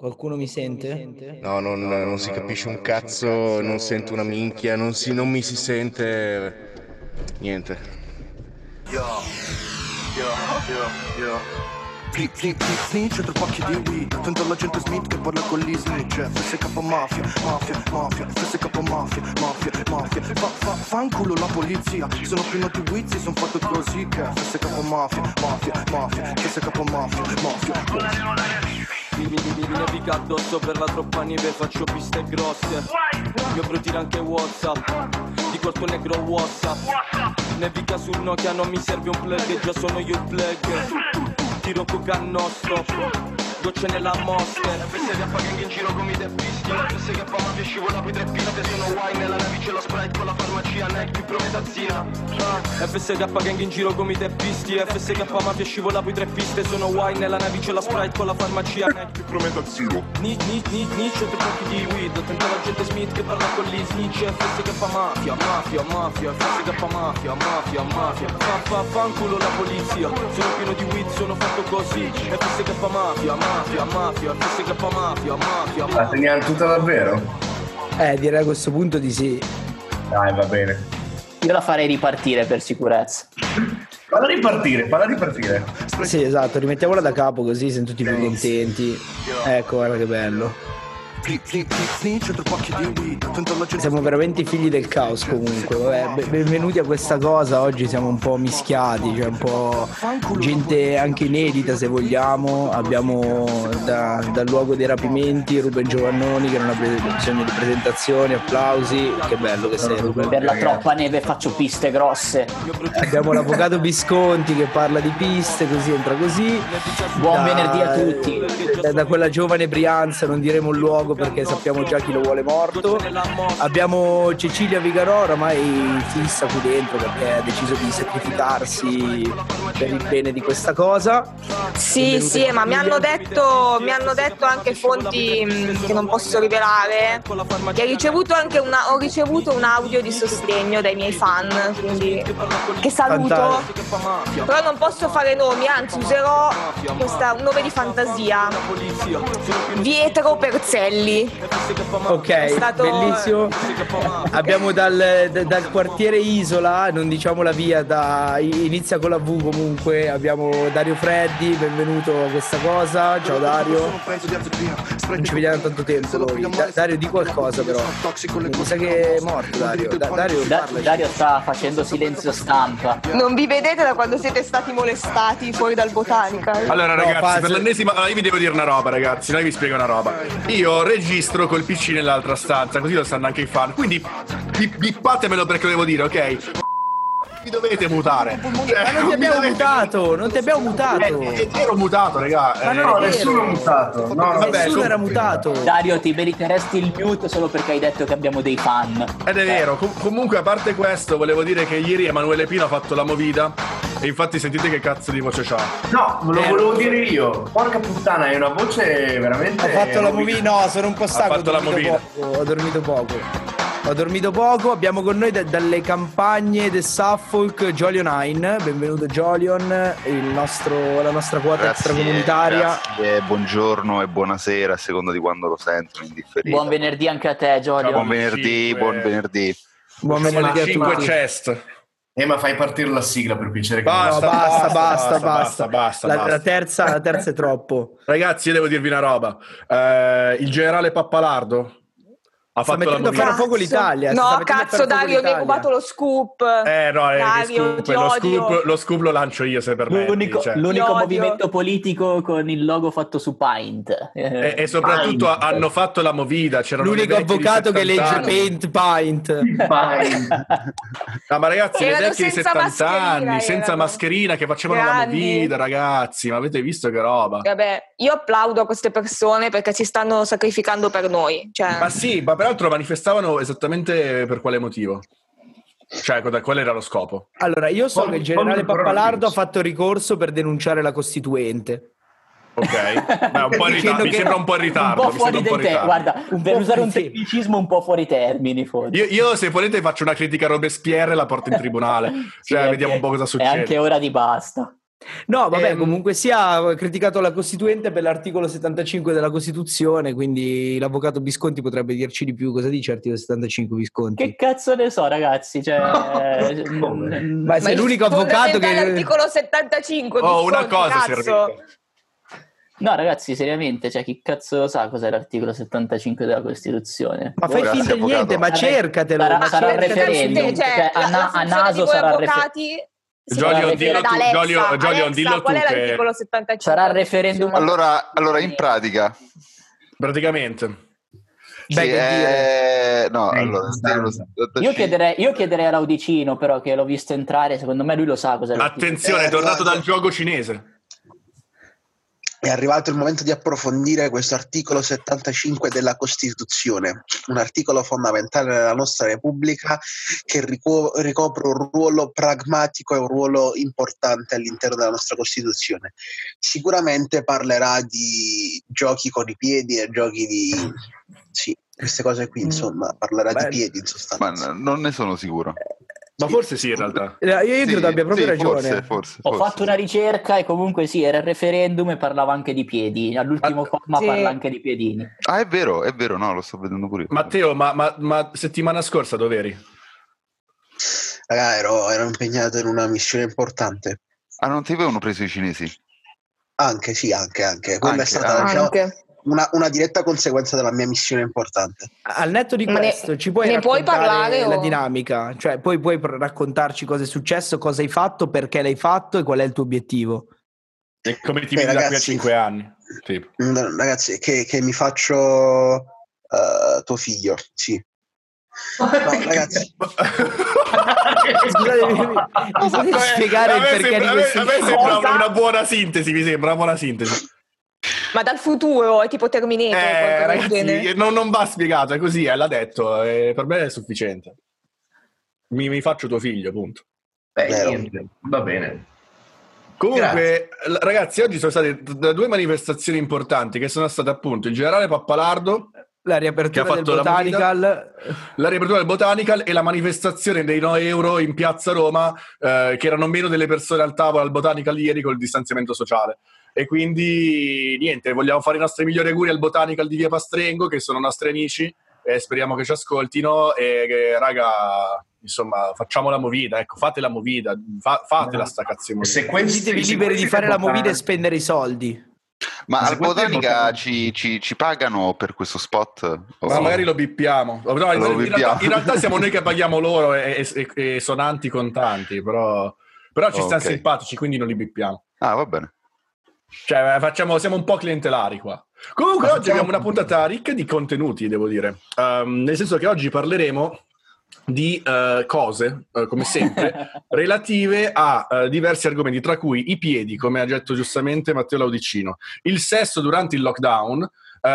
Qualcuno mi sente? No, non si capisce un cazzo, non sento una minchia, non mi si sente niente. Yo, yo, yo, yo. Snitch, tre pacchi di weed. Attento all'agente Smith che parla con gli snitch. FSK mafia, mafia, mafia. FSK mafia, mafia, mafia. Fanculo la polizia. Sono pieno di wizzi, son fatto così che FSK mafia, mafia, mafia. FSK mafia, mafia. Mi nevica addosso per la troppa neve, faccio piste grosse. Mio bro tira anche WhatsApp, di corpo negro WhatsApp. Nevica sul Nokia, non mi serve un plug, già sono io il plug. Tiro coca non stop, gocce nella Monster. FS che appaga in giro come i teppisti. FS che fa mafia scivola poi tre pirate. Sono wine nella nave c'è la Sprite con la farmacia. Nike più prometazzina. FS che appaga in giro come i teppisti. FS che fa mafia scivola poi tre piste. Sono wine nella nave c'è la Sprite con la farmacia. Nike più prometazzino. Nietzsche tre pacchi di weed. Attento all'agente Smith che parla con gli snitch. FS che fa mafia, mafia, mafia. FS che fa mafia, mafia, mafia. Fanculo la polizia. Sono pieno di weed, sono fatto così. FS che fa mafia, mafia, mafia. FS che fa mafia, mafia. La teniamo tutta davvero? Direi a questo punto di sì. Dai, va bene. Io la farei ripartire per sicurezza. Falla ripartire. Sì, esatto, rimettiamola da capo così siamo tutti più contenti. Ecco, guarda che bello. Siamo veramente figli del caos comunque. Vabbè, benvenuti a questa cosa. Oggi siamo un po' mischiati, cioè un po' gente anche inedita se vogliamo. Abbiamo dal luogo dei rapimenti Ruben Giovannoni che non ha bisogno di presentazioni, applausi. Che bello che sei, Ruben. Per la troppa neve faccio piste grosse. Abbiamo l'avvocato Visconti che parla di piste, così entra così. Buon venerdì a tutti. Da quella giovane Brianza non diremo il luogo perché sappiamo già chi lo vuole morto. Abbiamo Cecilia Vigarò oramai fissa qui dentro perché ha deciso di sacrificarsi per il bene di questa cosa. Sì, ma mi hanno detto anche fonti che non posso rivelare che ho ricevuto un audio di sostegno dai miei fan, quindi che saluto. Però non posso fare nomi, anzi userò un nome di fantasia. Pietro Perzelli. Ok, bellissimo. Abbiamo dal quartiere Isola, non diciamo la via, inizia con la V comunque. Abbiamo Dario Freddi, benvenuto a questa cosa. Ciao Dario. Non ci vediamo da tanto tempo noi. Dario, di qualcosa però. Mi sa che è morto Dario. Dario sta facendo silenzio stampa. Non vi vedete da quando siete stati molestati fuori dal Botanical? Allora ragazzi, per l'ennesima io vi devo dire una roba, ragazzi. Noi vi spiego una roba. Io registro col PC nell'altra stanza, così lo sanno anche i fan. Quindi bippatemelo perché lo devo dire, ok? Vi dovete mutare. Ma non ti abbiamo mutato. Ero mutato, raga. Ma No, nessuno è mutato. No, nessuno era mutato. Dario, ti meriteresti il mute solo perché hai detto che abbiamo dei fan. Ed è vero. Comunque, a parte questo, volevo dire che ieri Emanuele Pino ha fatto la movida. E infatti sentite che cazzo di voce c'ha. No, lo volevo dire io. Porca puttana, hai una voce veramente... Ho fatto la movida, no, sono un po' stanco. Ho dormito poco. Abbiamo con noi dalle campagne del Suffolk Jolion Hine. Benvenuto Jolion, la nostra quota extracomunitaria. Grazie, buongiorno e buonasera a seconda di quando lo sentono in differita. Buon venerdì anche a te, Jolion. Buon venerdì. Buon venerdì a 5 tutti. chest. Ma fai partire la sigla per piacere. Basta. La terza è troppo. Ragazzi, io devo dirvi una roba. Il generale Pappalardo ha Sta fatto la mettendo a fare movida. fuoco l'Italia. No, cazzo Dario, mi hai rubato lo scoop. No, Dario, ti odio. lo scoop lo lancio io se permetti. L'unico movimento politico con il logo fatto su Paint. E soprattutto hanno fatto la movida. C'erano L'unico avvocato che legge Paint. No, ma ragazzi, le Erano vecchie di senza 70 anni, mascherina, senza erano. mascherina, che facevano la Grandi. movida, ragazzi. Ma avete visto che roba? Vabbè, io applaudo a queste persone perché si stanno sacrificando per noi. Cioè... Ma sì, ma peraltro manifestavano esattamente per quale motivo? Cioè, qual era lo scopo? Allora, io so che il generale Pappalardo ha fatto ricorso per denunciare la Costituente. Ok, beh, un po' in ritardo, mi sembra un po' in ritardo. Un po' fuori dei te, guarda, per usare un tecnicismo un po' fuori termini. Io se volete faccio una critica a Robespierre e la porto in tribunale. Cioè, vediamo un po' cosa succede. È anche ora di basta. No, vabbè, comunque sia, ha criticato la Costituente per l'articolo 75 della Costituzione, quindi l'avvocato Visconti potrebbe dirci di più. Cosa dice l'articolo 75, Visconti? Che cazzo ne so, ragazzi? Cioè, ma sei l'unico avvocato che... l'articolo 75, Oh, una Visconti, cosa cazzo. serviva. No, ragazzi, seriamente, cioè, chi cazzo lo sa cos'è l'articolo 75 della Costituzione? Ma fai finta di niente, ma cercatelo. Sarà il referendum, cioè, a naso sarà il referendum. Giolio, dillo tu. Qual è l'articolo 75? Sarà il referendum. Allora, in pratica. Praticamente. Io chiederei all'Audicino, però, che l'ho visto entrare, secondo me lui lo sa cos'è. Attenzione, è tornato dal gioco cinese. È arrivato il momento di approfondire questo articolo 75 della Costituzione, un articolo fondamentale della nostra Repubblica che ricopre un ruolo pragmatico e un ruolo importante all'interno della nostra Costituzione. Sicuramente parlerà di giochi con i piedi e giochi di... Sì, queste cose qui, insomma, parlerà di piedi in sostanza. Ma non ne sono sicuro. Ma forse sì, in realtà. Io credo abbia proprio ragione. Forse. Ho fatto una ricerca e comunque sì, era il referendum e parlava anche di piedi. All'ultimo comma parla anche di piedini. Ah, è vero, no, lo sto vedendo pure io. Matteo, ma settimana scorsa dov'eri? Raga, ero impegnato in una missione importante. Ah, non ti avevano preso i cinesi? Anche. Quella è stata una diretta conseguenza della mia missione importante. Al netto di questo, ci puoi parlare la dinamica? Cioè, puoi raccontarci cosa è successo, cosa hai fatto, perché l'hai fatto e qual è il tuo obiettivo? E come ti vedi da qui a 5 anni? Sì. Ragazzi, che mi faccio tuo figlio, sì. No, ragazzi. Bisogna spiegare il perché di questo. A me sembra una buona sintesi, mi sembra una buona sintesi. Ma dal futuro è tipo Terminator. Ragazzi, non va spiegato, è così, l'ha detto, per me è sufficiente. Mi faccio tuo figlio, punto. Niente, va bene. Comunque, ragazzi, oggi sono state 2 manifestazioni importanti che sono state appunto il generale Pappalardo, la riapertura del Botanical, la riapertura del Botanical e la manifestazione dei no euro in piazza Roma, che erano meno delle persone al tavolo al Botanical ieri col distanziamento sociale. E quindi niente, vogliamo fare i nostri migliori auguri al Botanical di Via Pastrengo, che sono nostri amici, e speriamo che ci ascoltino e che, raga, insomma, facciamo la movida, ecco, fate la movida, fatela sta cazzo movida. Sentitevi liberi di fare la movida e spendere i soldi. Ma al Botanica ci pagano per questo spot? Ma magari lo bippiamo. No, in realtà siamo noi che paghiamo loro e sonanti contanti, però ci stanno simpatici, quindi non li bippiamo. Ah, va bene. Cioè, siamo un po' clientelari qua. Comunque oggi abbiamo una puntata ricca di contenuti, devo dire. Nel senso che oggi parleremo di cose, come sempre, relative a diversi argomenti, tra cui i piedi, come ha detto giustamente Matteo Laudicino, il sesso durante il lockdown,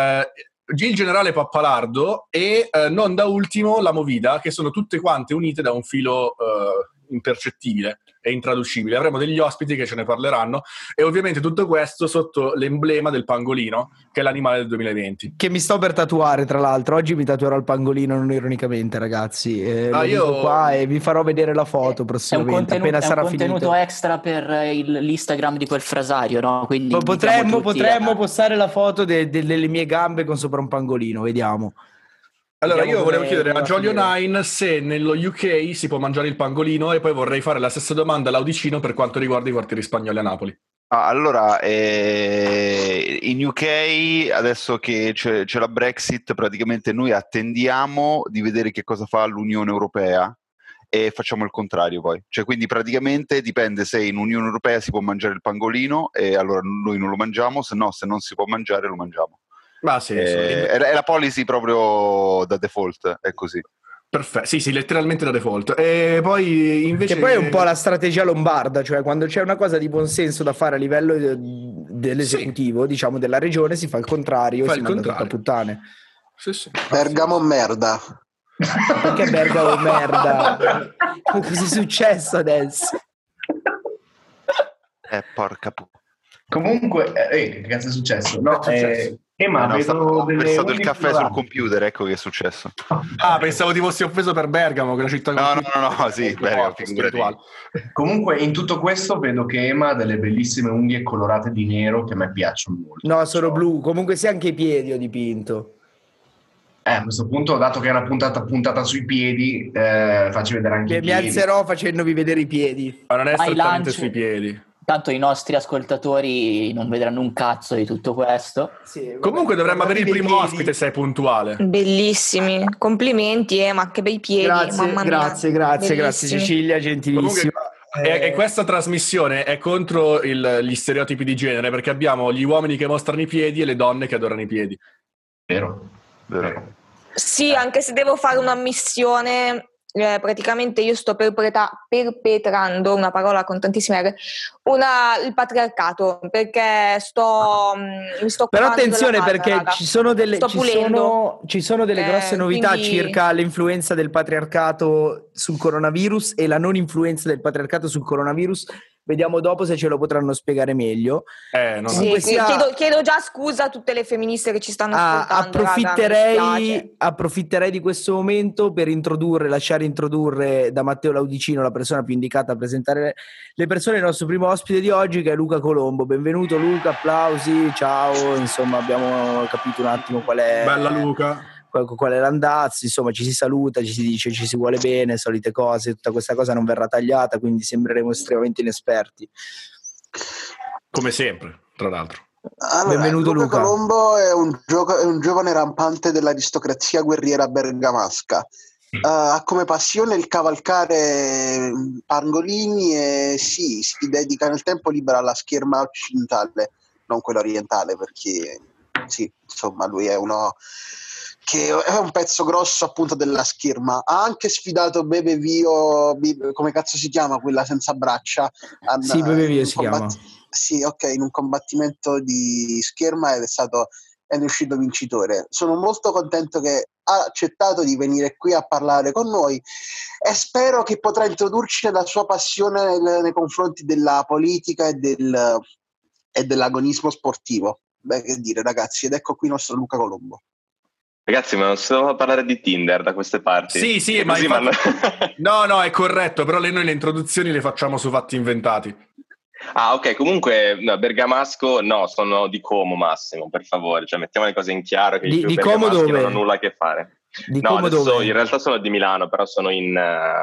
il generale Pappalardo e non da ultimo la Movida, che sono tutte quante unite da un filo impercettibile e intraducibile. Avremo degli ospiti che ce ne parleranno e ovviamente tutto questo sotto l'emblema del pangolino, che è l'animale del 2020, che mi sto per tatuare. Tra l'altro oggi mi tatuerò il pangolino, non ironicamente, ragazzi, lo dico qua e vi farò vedere la foto prossimamente appena sarà finito. È un contenuto extra per l'Instagram di quel frasario, no? Quindi potremmo postare la foto delle mie gambe con sopra un pangolino, vediamo. Allora, io volevo chiedere a Giolio Nine se nello UK si può mangiare il pangolino, e poi vorrei fare la stessa domanda all'Audicino per quanto riguarda i quartieri spagnoli a Napoli. Allora, in UK, adesso che c'è la Brexit, praticamente noi attendiamo di vedere che cosa fa l'Unione Europea e facciamo il contrario poi. Cioè, quindi praticamente dipende se in Unione Europea si può mangiare il pangolino e allora noi non lo mangiamo, se no, se non si può mangiare lo mangiamo. Ma sì, è la policy proprio da default, è così. Perfetto, sì, letteralmente da default. E poi invece che poi è un po' la strategia lombarda, cioè quando c'è una cosa di buonsenso da fare a livello dell'esecutivo, diciamo della regione, si fa il contrario, si manda tutta puttane. Sì. Bergamo merda. Perché Bergamo merda? Cosa è successo adesso? Porca puttana. Comunque, che cazzo è successo? No, Ma No, vedo ho delle versato il unghie caffè sul colorate. computer, ecco che è successo. Pensavo ti fossi offeso per Bergamo, che è una città No, sì, Bergamo, spirituale. Comunque in tutto questo vedo che Ema ha delle bellissime unghie colorate di nero che a me piacciono molto. No, sono blu. Comunque sia anche i piedi ho dipinto. A questo punto, dato che è una puntata sui piedi, facci vedere anche i Mi piedi. alzerò facendovi vedere i piedi. Ma non è Vai, strettamente lanci. sui piedi. Tanto i nostri ascoltatori non vedranno un cazzo di tutto questo. Sì, Comunque dovremmo avere il guardate i primo piedi. ospite se è puntuale. Bellissimi, complimenti, ma che bei piedi, mamma mia. Grazie Bellissimi. Cecilia, gentilissima. Comunque, e questa trasmissione è contro gli stereotipi di genere, perché abbiamo gli uomini che mostrano i piedi e le donne che adorano i piedi. Vero. Sì, anche se devo fare una missione, praticamente io sto perpetrando, una parola con tantissime R, il patriarcato, perché mi sto Però occupando attenzione, della casa, perché raga. ci sono delle grosse novità quindi- circa l'influenza del patriarcato sul coronavirus e la non influenza del patriarcato sul coronavirus. Vediamo dopo se ce lo potranno spiegare meglio. Non Sì, Comunque sia- chiedo già scusa a tutte le femministe che ci stanno ascoltando, raga, mi dispiace. approfitterei di questo momento per lasciare introdurre da Matteo Laudicino la persona più indicata a presentare le persone, il nostro primo ospite di oggi, che è Luca Colombo. Benvenuto Luca, applausi, ciao. Insomma, abbiamo capito un attimo qual è Bella Luca. qual è l'andazzo, insomma ci si saluta, ci si dice ci si vuole bene, solite cose, tutta questa cosa non verrà tagliata, quindi sembreremo estremamente inesperti. Come sempre, tra l'altro. Allora, Benvenuto Luca. Colombo è un giovane rampante dell'aristocrazia guerriera bergamasca. Ha come passione il cavalcare pangolini e si dedica nel tempo libero alla scherma occidentale, non quella orientale, perché sì, insomma, lui è uno che è un pezzo grosso appunto della scherma. Ha anche sfidato Bebe Vio, come cazzo si chiama quella senza braccia? Sì, Bebe Vio si chiama. Sì, ok, in un combattimento di scherma ed è ne uscito vincitore. Sono molto contento che ha accettato di venire qui a parlare con noi e spero che potrà introdurci nella sua passione nei confronti della politica e dell'agonismo sportivo. Beh, che dire, ragazzi, ed ecco qui il nostro Luca Colombo. Ragazzi, ma non si doveva parlare di Tinder da queste parti? Sì, ma no, è corretto, però noi le introduzioni le facciamo su fatti inventati. Ah, ok, comunque bergamasco, no, sono di Como Massimo, per favore, cioè mettiamo le cose in chiaro che i di Como bergamaschi dove? non hanno nulla a che fare. Di No, Como adesso dove? in realtà sono di Milano, però sono in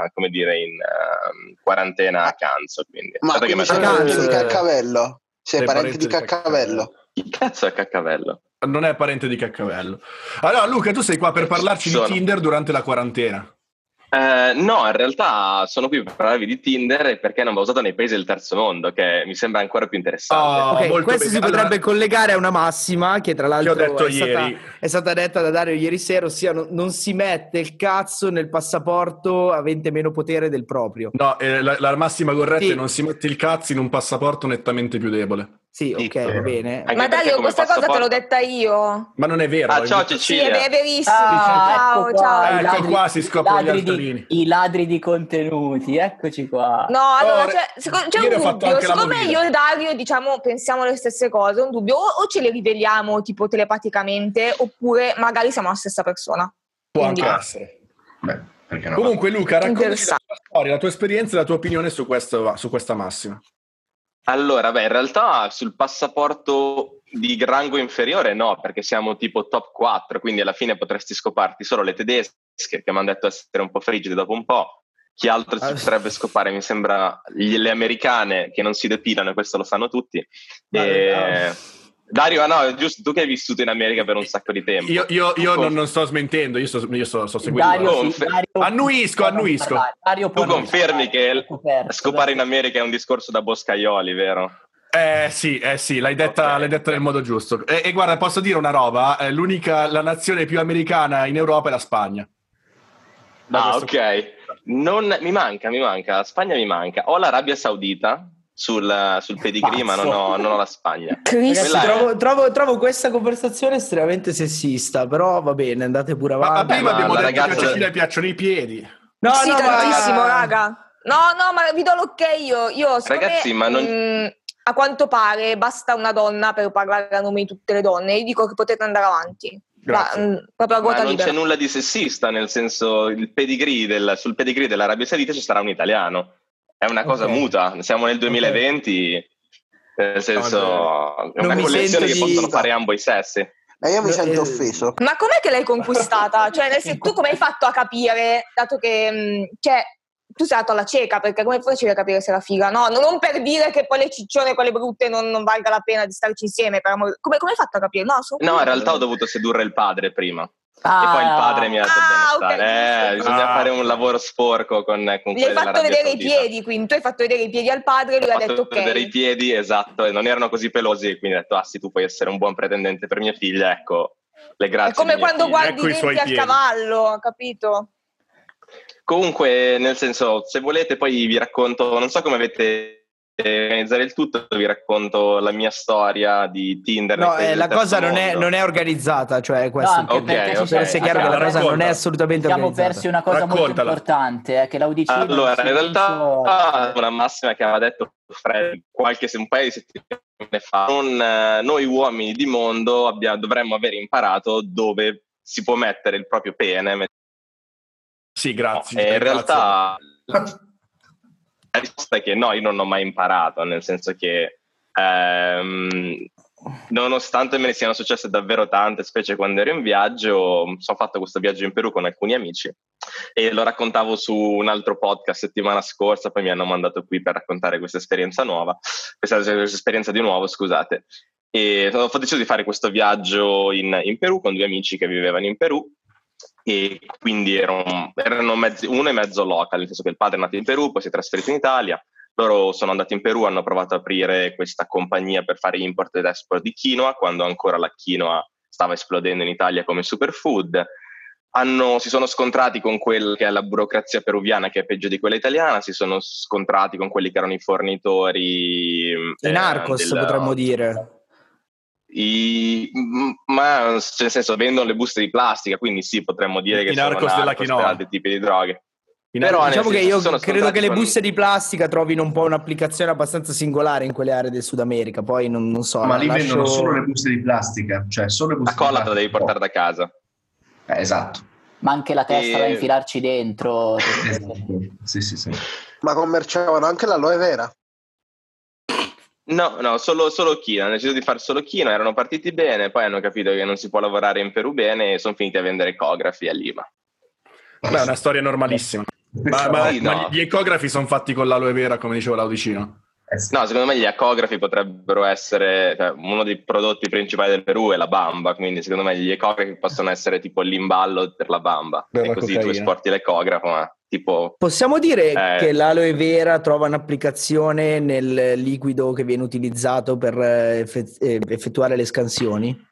quarantena a Canzo, quindi. Ma Dato che quindi sei parente di Caccavello? Sei parente di Caccavello. Caccavello? Chi cazzo è Caccavello? Non è parente di Caccavello. Allora Luca, tu sei qua per parlarci di Tinder durante la quarantena. No, in realtà sono qui per parlarvi di Tinder perché non va usato nei paesi del terzo mondo, che mi sembra ancora più interessante. Ok, questo si potrebbe collegare a una massima che tra l'altro Che ho detto ieri. È stata detta da Dario ieri sera, ossia non si mette il cazzo nel passaporto avente meno potere del proprio. No, la massima corretta Sì. è non si mette il cazzo in un passaporto nettamente più debole. Sì, ok, va bene. Anche Ma perché Dario, come questa cosa te l'ho passaporto- detta io. Ma non è vero. Ah, ciao Sì, Cecilia. è verissimo. Ecco qua, Ciao. i Ecco ladri- qua si scoprono gli i ladri di- altarini. I ladri di contenuti, eccoci qua. No, allora Oh, c'è ieri ho un fatto dubbio. anche la Siccome movida. io e Dario diciamo pensiamo le stesse cose, un dubbio, o ce le riveliamo tipo telepaticamente, oppure magari siamo la stessa persona. Può Quindi- anche essere. Beh, perché no? Comunque Luca, raccontaci la Interessante. tua storia, la tua esperienza e la tua opinione su questa massima. Allora, in realtà sul passaporto di rango inferiore no, perché siamo tipo top 4, quindi alla fine potresti scoparti solo le tedesche, che mi hanno detto essere un po' frigide dopo un po'. Chi altro si potrebbe scopare? Mi sembra le americane che non si depilano, questo lo sanno tutti. Dario, no, giusto, tu che hai vissuto in America per un sacco di tempo. Io non sto smentendo, io sto seguendo. Dario, sì, Dario, Annuisco. Dario può Tu non confermi parlare, che coperto, scopare in dai. America è un discorso da boscaioli, vero? Sì, l'hai detta nel modo giusto. E guarda, posso dire una roba, la nazione più americana in Europa è la Spagna. Ok. Mi manca, la Spagna mi manca. Ho l'Arabia Saudita sul pedigree, ma non ho la Spagna. Ragazzi, Quella è- trovo questa conversazione estremamente sessista, però va bene, andate pure avanti. Ma prima abbiamo la detto che a ragazza- Cecilia piacciono i piedi. No, sì, no, tantissimo, ma... raga. No, ma vi do l'ok io. Siccome, Ragazzi, ma non- a quanto pare basta una donna per parlare a nome di tutte le donne. Io dico che potete andare avanti. Proprio a ruota non libera. c'è nulla di sessista, nel senso sul pedigree dell'Arabia Saudita ci sarà un italiano. È una cosa muta, siamo nel 2020, nel senso è una collezione che possono fare ambo i sessi. E io mi sento offeso. Ma com'è che l'hai conquistata? Cioè, tu come hai fatto a capire, dato che tu sei andato alla cieca, perché come facevi a capire se era figa? No, non per dire che poi le ciccione, quelle brutte, non valga la pena di starci insieme. Come hai fatto a capire? No, in realtà ho dovuto sedurre il padre prima. E poi il padre mi ha detto bene, bisogna fare un lavoro sporco con gli hai fatto vedere i piedi, quindi tu hai fatto vedere i piedi al padre e lui ha detto ok. Vedere i piedi, esatto, e non erano così pelosi, quindi ho detto sì, tu puoi essere un buon pretendente per mia figlia, ecco le grazie. È come quando guardi i denti al cavallo, capito? Comunque, nel senso, se volete poi vi racconto, non so come avete organizzare il tutto, vi racconto la mia storia di Tinder. No, la cosa non è organizzata, cioè questo. No, per essere chiaro che la cosa non è assolutamente organizzata. Siamo persi una cosa molto importante, che l'Audicino. Allora, in realtà una massima che aveva detto Fred un paio di settimane fa, noi uomini di mondo dovremmo aver imparato dove si può mettere il proprio pene. Sì, grazie. In realtà la risposta è che no, io non ho mai imparato, nel senso che nonostante me ne siano successe davvero tante, specie quando ero in viaggio, ho fatto questo viaggio in Perù con alcuni amici e lo raccontavo su un altro podcast settimana scorsa, poi mi hanno mandato qui per raccontare questa esperienza di nuovo, scusate. E ho deciso di fare questo viaggio in Perù con due amici che vivevano in Perù. E quindi erano uno e mezzo local, nel senso che il padre è nato in Perù, poi si è trasferito in Italia. Loro sono andati in Perù, hanno provato ad aprire questa compagnia per fare import ed export di quinoa, quando ancora la quinoa stava esplodendo in Italia come superfood. Si sono scontrati con quella che è la burocrazia peruviana, che è peggio di quella italiana, si sono scontrati con quelli che erano i fornitori. I narcos, potremmo dire. Ma nel senso vendono le buste di plastica, quindi sì, potremmo dire che sono narcos per altri tipi di droghe. Però diciamo che io credo che le buste di plastica trovino un po' un'applicazione abbastanza singolare in quelle aree del Sud America, poi non so. Ma lì vendono solo le buste di plastica, cioè solo le buste la colla te la devi portare da casa. Esatto. Ma anche la testa da infilarci dentro. Esatto. Sì. Ma commerciavano anche l'aloe vera? No, solo quinoa. Hanno deciso di fare solo quinoa, erano partiti bene, poi hanno capito che non si può lavorare in Perù bene e sono finiti a vendere ecografi a Lima. Beh, è una storia normalissima. Ma gli ecografi sono fatti con l'aloe vera, come diceva l'Audicino? No, secondo me gli ecografi potrebbero essere uno dei prodotti principali del Perù è la bamba, quindi secondo me gli ecografi possono essere tipo l'imballo per la bamba, e così cocaina. Tu esporti l'ecografo, ma tipo... Possiamo dire che l'aloe vera trova un'applicazione nel liquido che viene utilizzato per effettuare le scansioni?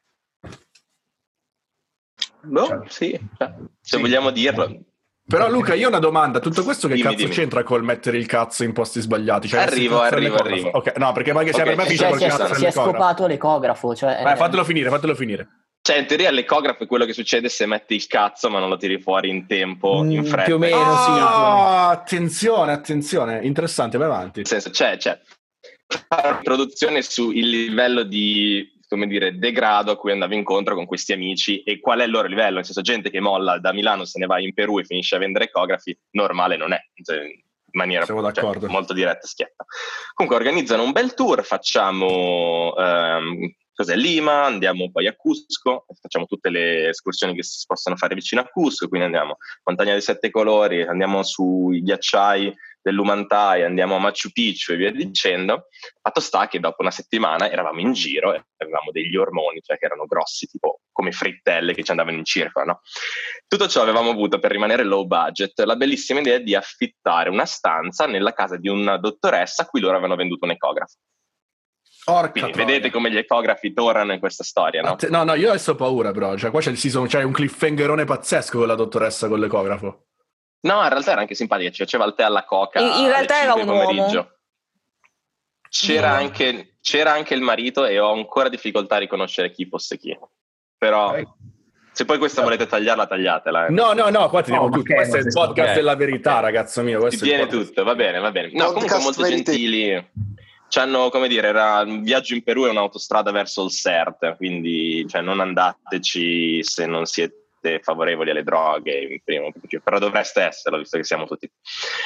Sì, se vogliamo dirlo. Però Luca, io ho una domanda, tutto questo che cazzo c'entra col mettere il cazzo in posti sbagliati? Cioè, arrivo. Ok, no, perché magari per me finisce col cazzo. Si è scopato l'ecografo. Fatelo finire. Cioè, in teoria l'ecografo è quello che succede se metti il cazzo ma non lo tiri fuori in tempo, in fretta. Più o meno, sì. Attenzione, interessante, vai avanti. Nel senso, c'è una produzione sul livello di... come dire, degrado a cui andavo incontro con questi amici e qual è il loro livello, nel senso gente che molla da Milano se ne va in Perù e finisce a vendere ecografi, normale non è, cioè, in maniera molto diretta e schietta. Comunque organizzano un bel tour, facciamo Lima, andiamo poi a Cusco, facciamo tutte le escursioni che si possono fare vicino a Cusco, quindi andiamo Montagna dei Sette Colori, andiamo sui ghiacciai dell'Umantay, andiamo a Machu Picchu e via dicendo. Fatto sta che dopo una settimana eravamo in giro e avevamo degli ormoni, cioè che erano grossi, tipo come frittelle che ci andavano in circolo, no? Tutto ciò avevamo avuto per rimanere low budget la bellissima idea di affittare una stanza nella casa di una dottoressa a cui loro avevano venduto un ecografo. Quindi vedete come gli ecografi tornano in questa storia, no? No, io adesso ho paura, però. Cioè, qua c'è un cliffhangerone pazzesco con la dottoressa con l'ecografo. No, in realtà era anche simpatica, ci faceva il tè alla coca. In realtà era un uomo. C'era anche il marito e ho ancora difficoltà a riconoscere chi fosse chi. Però se poi questa volete tagliarla, tagliatela. No, qua teniamo tutto. Questo è il podcast della verità, ragazzo mio. Ti tiene tutto, va bene. No, comunque molto gentili. c'hanno, come dire, era un viaggio in Perù e un'autostrada verso il CERT, quindi cioè, non andateci se non siete favorevoli alle droghe in primo, però dovreste esserlo, visto che siamo tutti.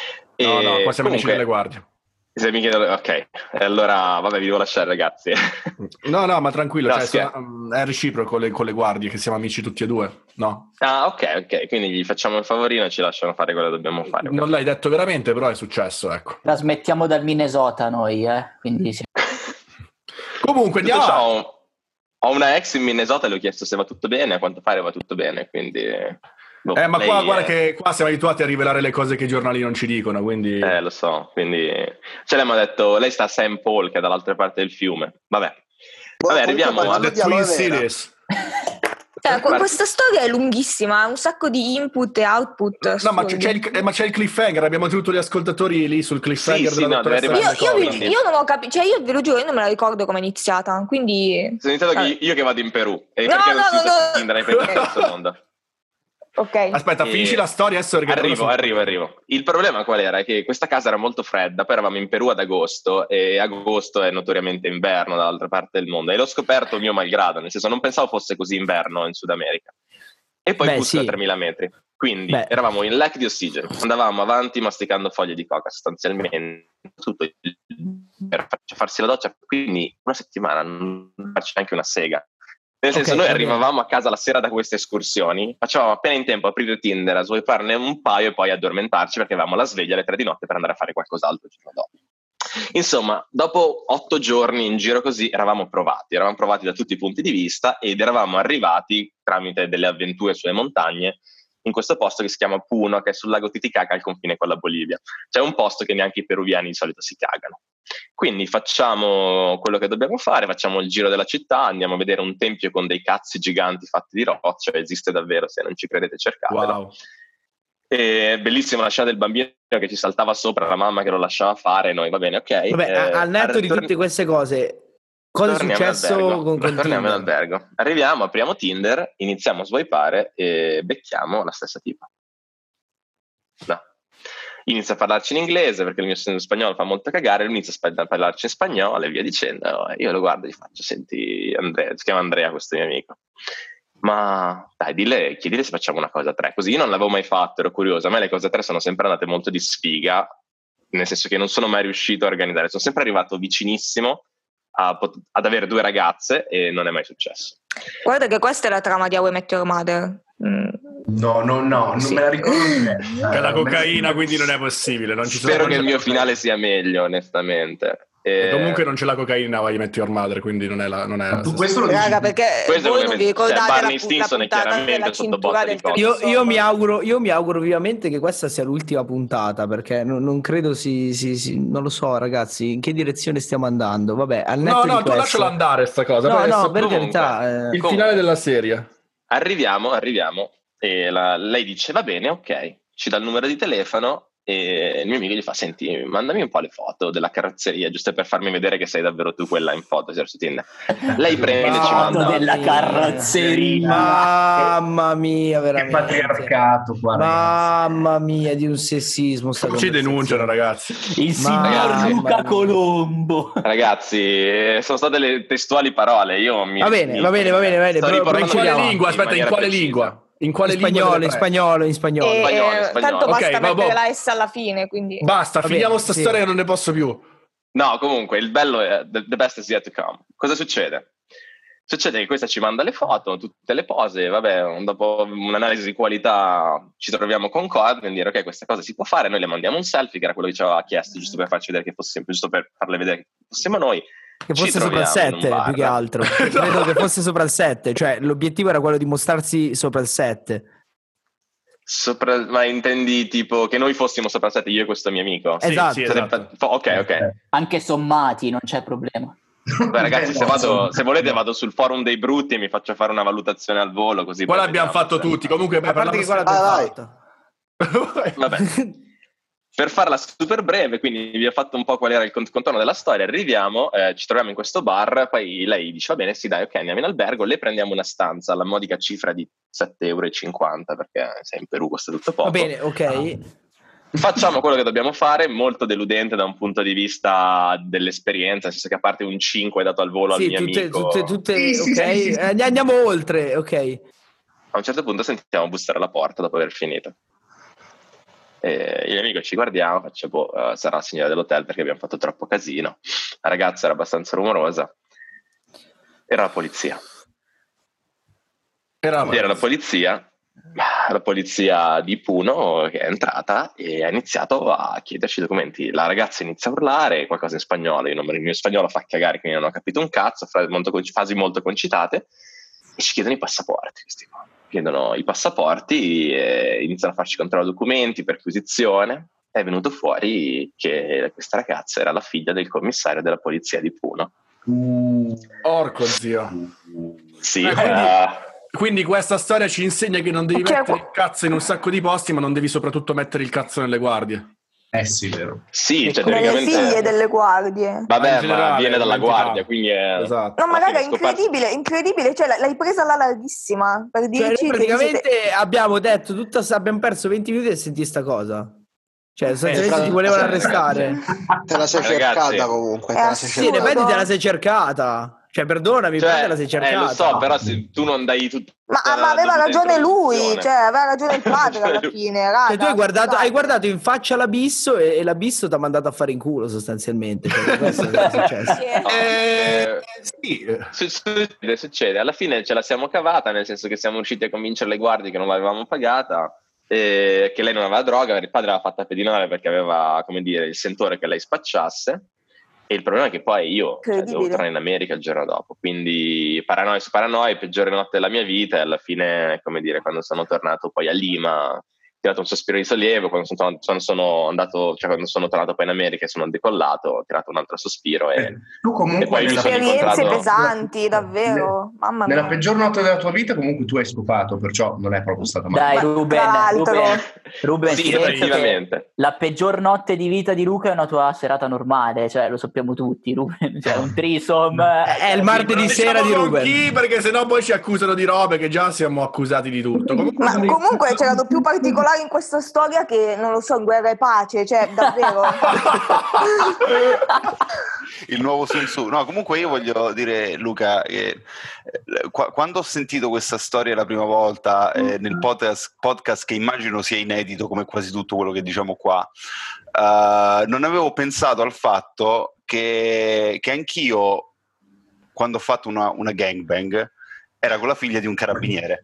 No, qua siamo amici delle guardie. Se mi chiedono, ok, allora vabbè, vi devo lasciare, ragazzi. No, ma tranquillo, No, è reciproco con le guardie, che siamo amici tutti e due, no? Ah, ok, quindi gli facciamo il favorino e ci lasciano fare quello che dobbiamo fare. Non l'hai detto veramente, però è successo, ecco. Trasmettiamo dal Minnesota noi, quindi sì. Comunque, andiamo. Ho una ex in Minnesota e le ho chiesto se va tutto bene, a quanto pare va tutto bene, quindi... ma qua guarda che qua siamo abituati a rivelare le cose che i giornali non ci dicono, quindi... lo so, quindi... Cioè lei mi ha detto, lei sta a St. Paul, che è dall'altra parte del fiume. Vabbè, arriviamo alla Twin Cities. Questa storia è lunghissima, ha un sacco di input e output. No, ma c'è il cliffhanger, abbiamo tenuto gli ascoltatori lì sul cliffhanger della dottoressa. Io non ho capito, cioè io ve lo giuro, io non me la ricordo come è iniziata, quindi... Sono iniziato io che vado in Perù, e perché non si usa Tinder in questo mondo. Okay. Aspetta, finisci la storia adesso. Arrivo. Il problema qual era? Che questa casa era molto fredda, poi eravamo in Perù ad agosto, e agosto è notoriamente inverno dall'altra parte del mondo, e l'ho scoperto mio malgrado, nel senso non pensavo fosse così inverno in Sud America. E poi busto a 3000 metri, quindi eravamo in lac di ossigeno, andavamo avanti masticando foglie di coca sostanzialmente, tutto per farsi la doccia, quindi una settimana non farci neanche una sega. Nel senso, noi arrivavamo a casa la sera da queste escursioni, facevamo appena in tempo a aprire Tinder, a swiparne un paio e poi addormentarci perché avevamo la sveglia alle 3 di notte per andare a fare qualcos'altro il giorno dopo. Insomma, dopo 8 giorni in giro così eravamo provati da tutti i punti di vista ed eravamo arrivati tramite delle avventure sulle montagne in questo posto che si chiama Puno, che è sul lago Titicaca al confine con la Bolivia. C'è un posto che neanche i peruviani di solito si cagano. Quindi facciamo quello che dobbiamo fare, facciamo il giro della città, andiamo a vedere un tempio con dei cazzi giganti fatti di roccia, esiste davvero, se non ci credete cercatelo. Wow. E bellissima la scena del bambino che ci saltava sopra, la mamma che lo lasciava fare, noi va bene, ok. Vabbè, al netto di tutte queste cose, cosa è successo con torniamo in albergo, arriviamo, apriamo Tinder, iniziamo a swipare e becchiamo la stessa tipa. No. Inizia a parlarci in inglese perché il mio spagnolo fa molto cagare, lui inizia a parlarci in spagnolo e via dicendo. Io lo guardo e gli faccio, senti Andrea, si chiama Andrea questo mio amico, ma dai, chiedile se facciamo una cosa a 3, così io non l'avevo mai fatto, ero curioso, a me le cose a 3 sono sempre andate molto di sfiga, nel senso che non sono mai riuscito a organizzare, sono sempre arrivato vicinissimo ad avere 2 ragazze e non è mai successo. Guarda che questa è la trama di How I Met Your Mother. No, non me la ricordo diversa. È la cocaina, quindi non è possibile. Spero che il mio finale sia meglio, onestamente. Comunque non c'è la cocaina, vai a Met Your Mother, quindi non è la questo lo dici. Raga, perché voi non vi ricordate Barney Stinson è chiaramente sotto botta di coca. Io mi auguro vivamente che questa sia l'ultima puntata, perché non credo non lo so, ragazzi, in che direzione stiamo andando. Vabbè, al netto di tu questo... lasciala andare sta cosa. No, per carità. Il finale della serie. Arriviamo e lei dice va bene, ok, ci dà il numero di telefono e il mio amico gli fa, senti, mandami un po' le foto della carrozzeria giusto per farmi vedere che sei davvero tu quella in foto su Tinder. Lei prende e ci manda della carrozzeria, mamma mia, veramente che patriarcato qua, mamma mia, di un sessismo ci denunciano, ragazzi. Il signor Luca Colombo, ragazzi, sono state le testuali parole. Va bene, però in quale lingua? Aspetta, in quale lingua? In quale spagnolo, in spagnolo. Tanto basta mettere la S alla fine, quindi basta, finiamo sta storia che non ne posso più. No, comunque il bello è the best is yet to come. Cosa succede? Succede che questa ci manda le foto, tutte le pose, vabbè, dopo un'analisi di qualità ci troviamo concordi nel dire ok, questa cosa si può fare, noi le mandiamo un selfie che era quello che ci aveva chiesto, giusto per farci vedere che fosse, giusto per farle vedere che fossimo noi. Che fosse sopra il 7 più che altro. Credo che fosse sopra il 7, cioè l'obiettivo era quello di mostrarsi sopra il 7. Ma intendi tipo che noi fossimo sopra il 7, io e questo mio amico? Esatto. Sì, esatto. Ok. Anche sommati, non c'è problema. Beh, ragazzi, se volete vado sul forum dei brutti e mi faccio fare una valutazione al volo, così qua l'abbiamo fatto tutti. Comunque a parte che qua l'abbiamo fatto. Vabbè. Per farla super breve, quindi vi ho fatto un po' qual era il contorno della storia. Arriviamo, ci troviamo in questo bar, poi lei dice va bene, sì dai, ok, andiamo in albergo, le prendiamo una stanza alla modica cifra di 7,50 €, perché sei in Perù, costa tutto poco. Va bene, ok. Facciamo quello che dobbiamo fare, molto deludente da un punto di vista dell'esperienza, nel senso che a parte un 5 dato al volo al mio amico. Sì. Andiamo oltre, ok. A un certo punto sentiamo bussare alla porta dopo aver finito. E io e amico ci guardiamo, faccio sarà la signora dell'hotel perché abbiamo fatto troppo casino. La ragazza era abbastanza rumorosa. Era la polizia. Era la polizia di Puno che è entrata e ha iniziato a chiederci i documenti. La ragazza inizia a urlare qualcosa in spagnolo, il mio spagnolo fa cagare, quindi non ho capito un cazzo, frasi molto concitate, e ci chiedono i passaporti. Chiedono i passaporti e iniziano a farci controllare documenti, perquisizione. È venuto fuori che questa ragazza era la figlia del commissario della polizia di Puno. Porco zio. Sì, quindi questa storia ci insegna che non devi mettere il cazzo in un sacco di posti, ma non devi soprattutto mettere il cazzo nelle guardie. Sì, vero. Sì, cioè, nelle figlie delle guardie. Vabbè, ma viene dalla guardia, quindi è... Esatto. No, ma raga, incredibile, cioè l'hai presa alla larghissima per dirci cioè, praticamente abbiamo detto abbiamo perso 20 minuti e sentì sta cosa. Cioè, sostanzialmente ti volevano arrestare. Te la sei cercata comunque. Sì, in effetti te la sei cercata. Cioè, perdonami, te la sei cercata. Lo so, però se tu non dai tutto. Ma aveva ragione lui, cioè aveva ragione il padre alla fine, raga. Cioè, tu hai guardato in faccia l'abisso e l'abisso ti ha mandato a fare in culo sostanzialmente. Cioè, questo è successo. Succede. Alla fine ce la siamo cavata, nel senso che siamo riusciti a convincere le guardie che non l'avevamo pagata, che lei non aveva droga, il padre l'aveva fatta pedinare perché aveva, come dire, il sentore che lei spacciasse. E il problema è che poi io dovevo tornare in America il giorno dopo, quindi paranoia su paranoia, peggiore notte della mia vita, e alla fine, come dire, quando sono tornato poi a Lima, ho tirato un sospiro di sollievo, quando sono tornato poi in America e sono decollato, ho tirato un altro sospiro e tu comunque e poi mi sono esperienze pesanti, davvero, mamma mia. Nella peggior notte della tua vita comunque tu hai scopato, perciò non è proprio stata male. Dai Ruben, sì, effettivamente. La peggior notte di vita di Luca è una tua serata normale, cioè lo sappiamo tutti, Ruben, cioè un threesome è il martedì sera di Ruben. Chi, perché sennò poi ci accusano di robe che già siamo accusati di tutto. Comunque c'erano più particolari in questa storia che, non lo so, in Guerra e Pace, cioè davvero. Il nuovo Sun Tzu. No, comunque io voglio dire, Luca, che quando ho sentito questa storia la prima volta nel podcast che immagino sia inedito come quasi tutto quello che diciamo qua, non avevo pensato al fatto che anch'io, quando ho fatto una gangbang, era con la figlia di un carabiniere.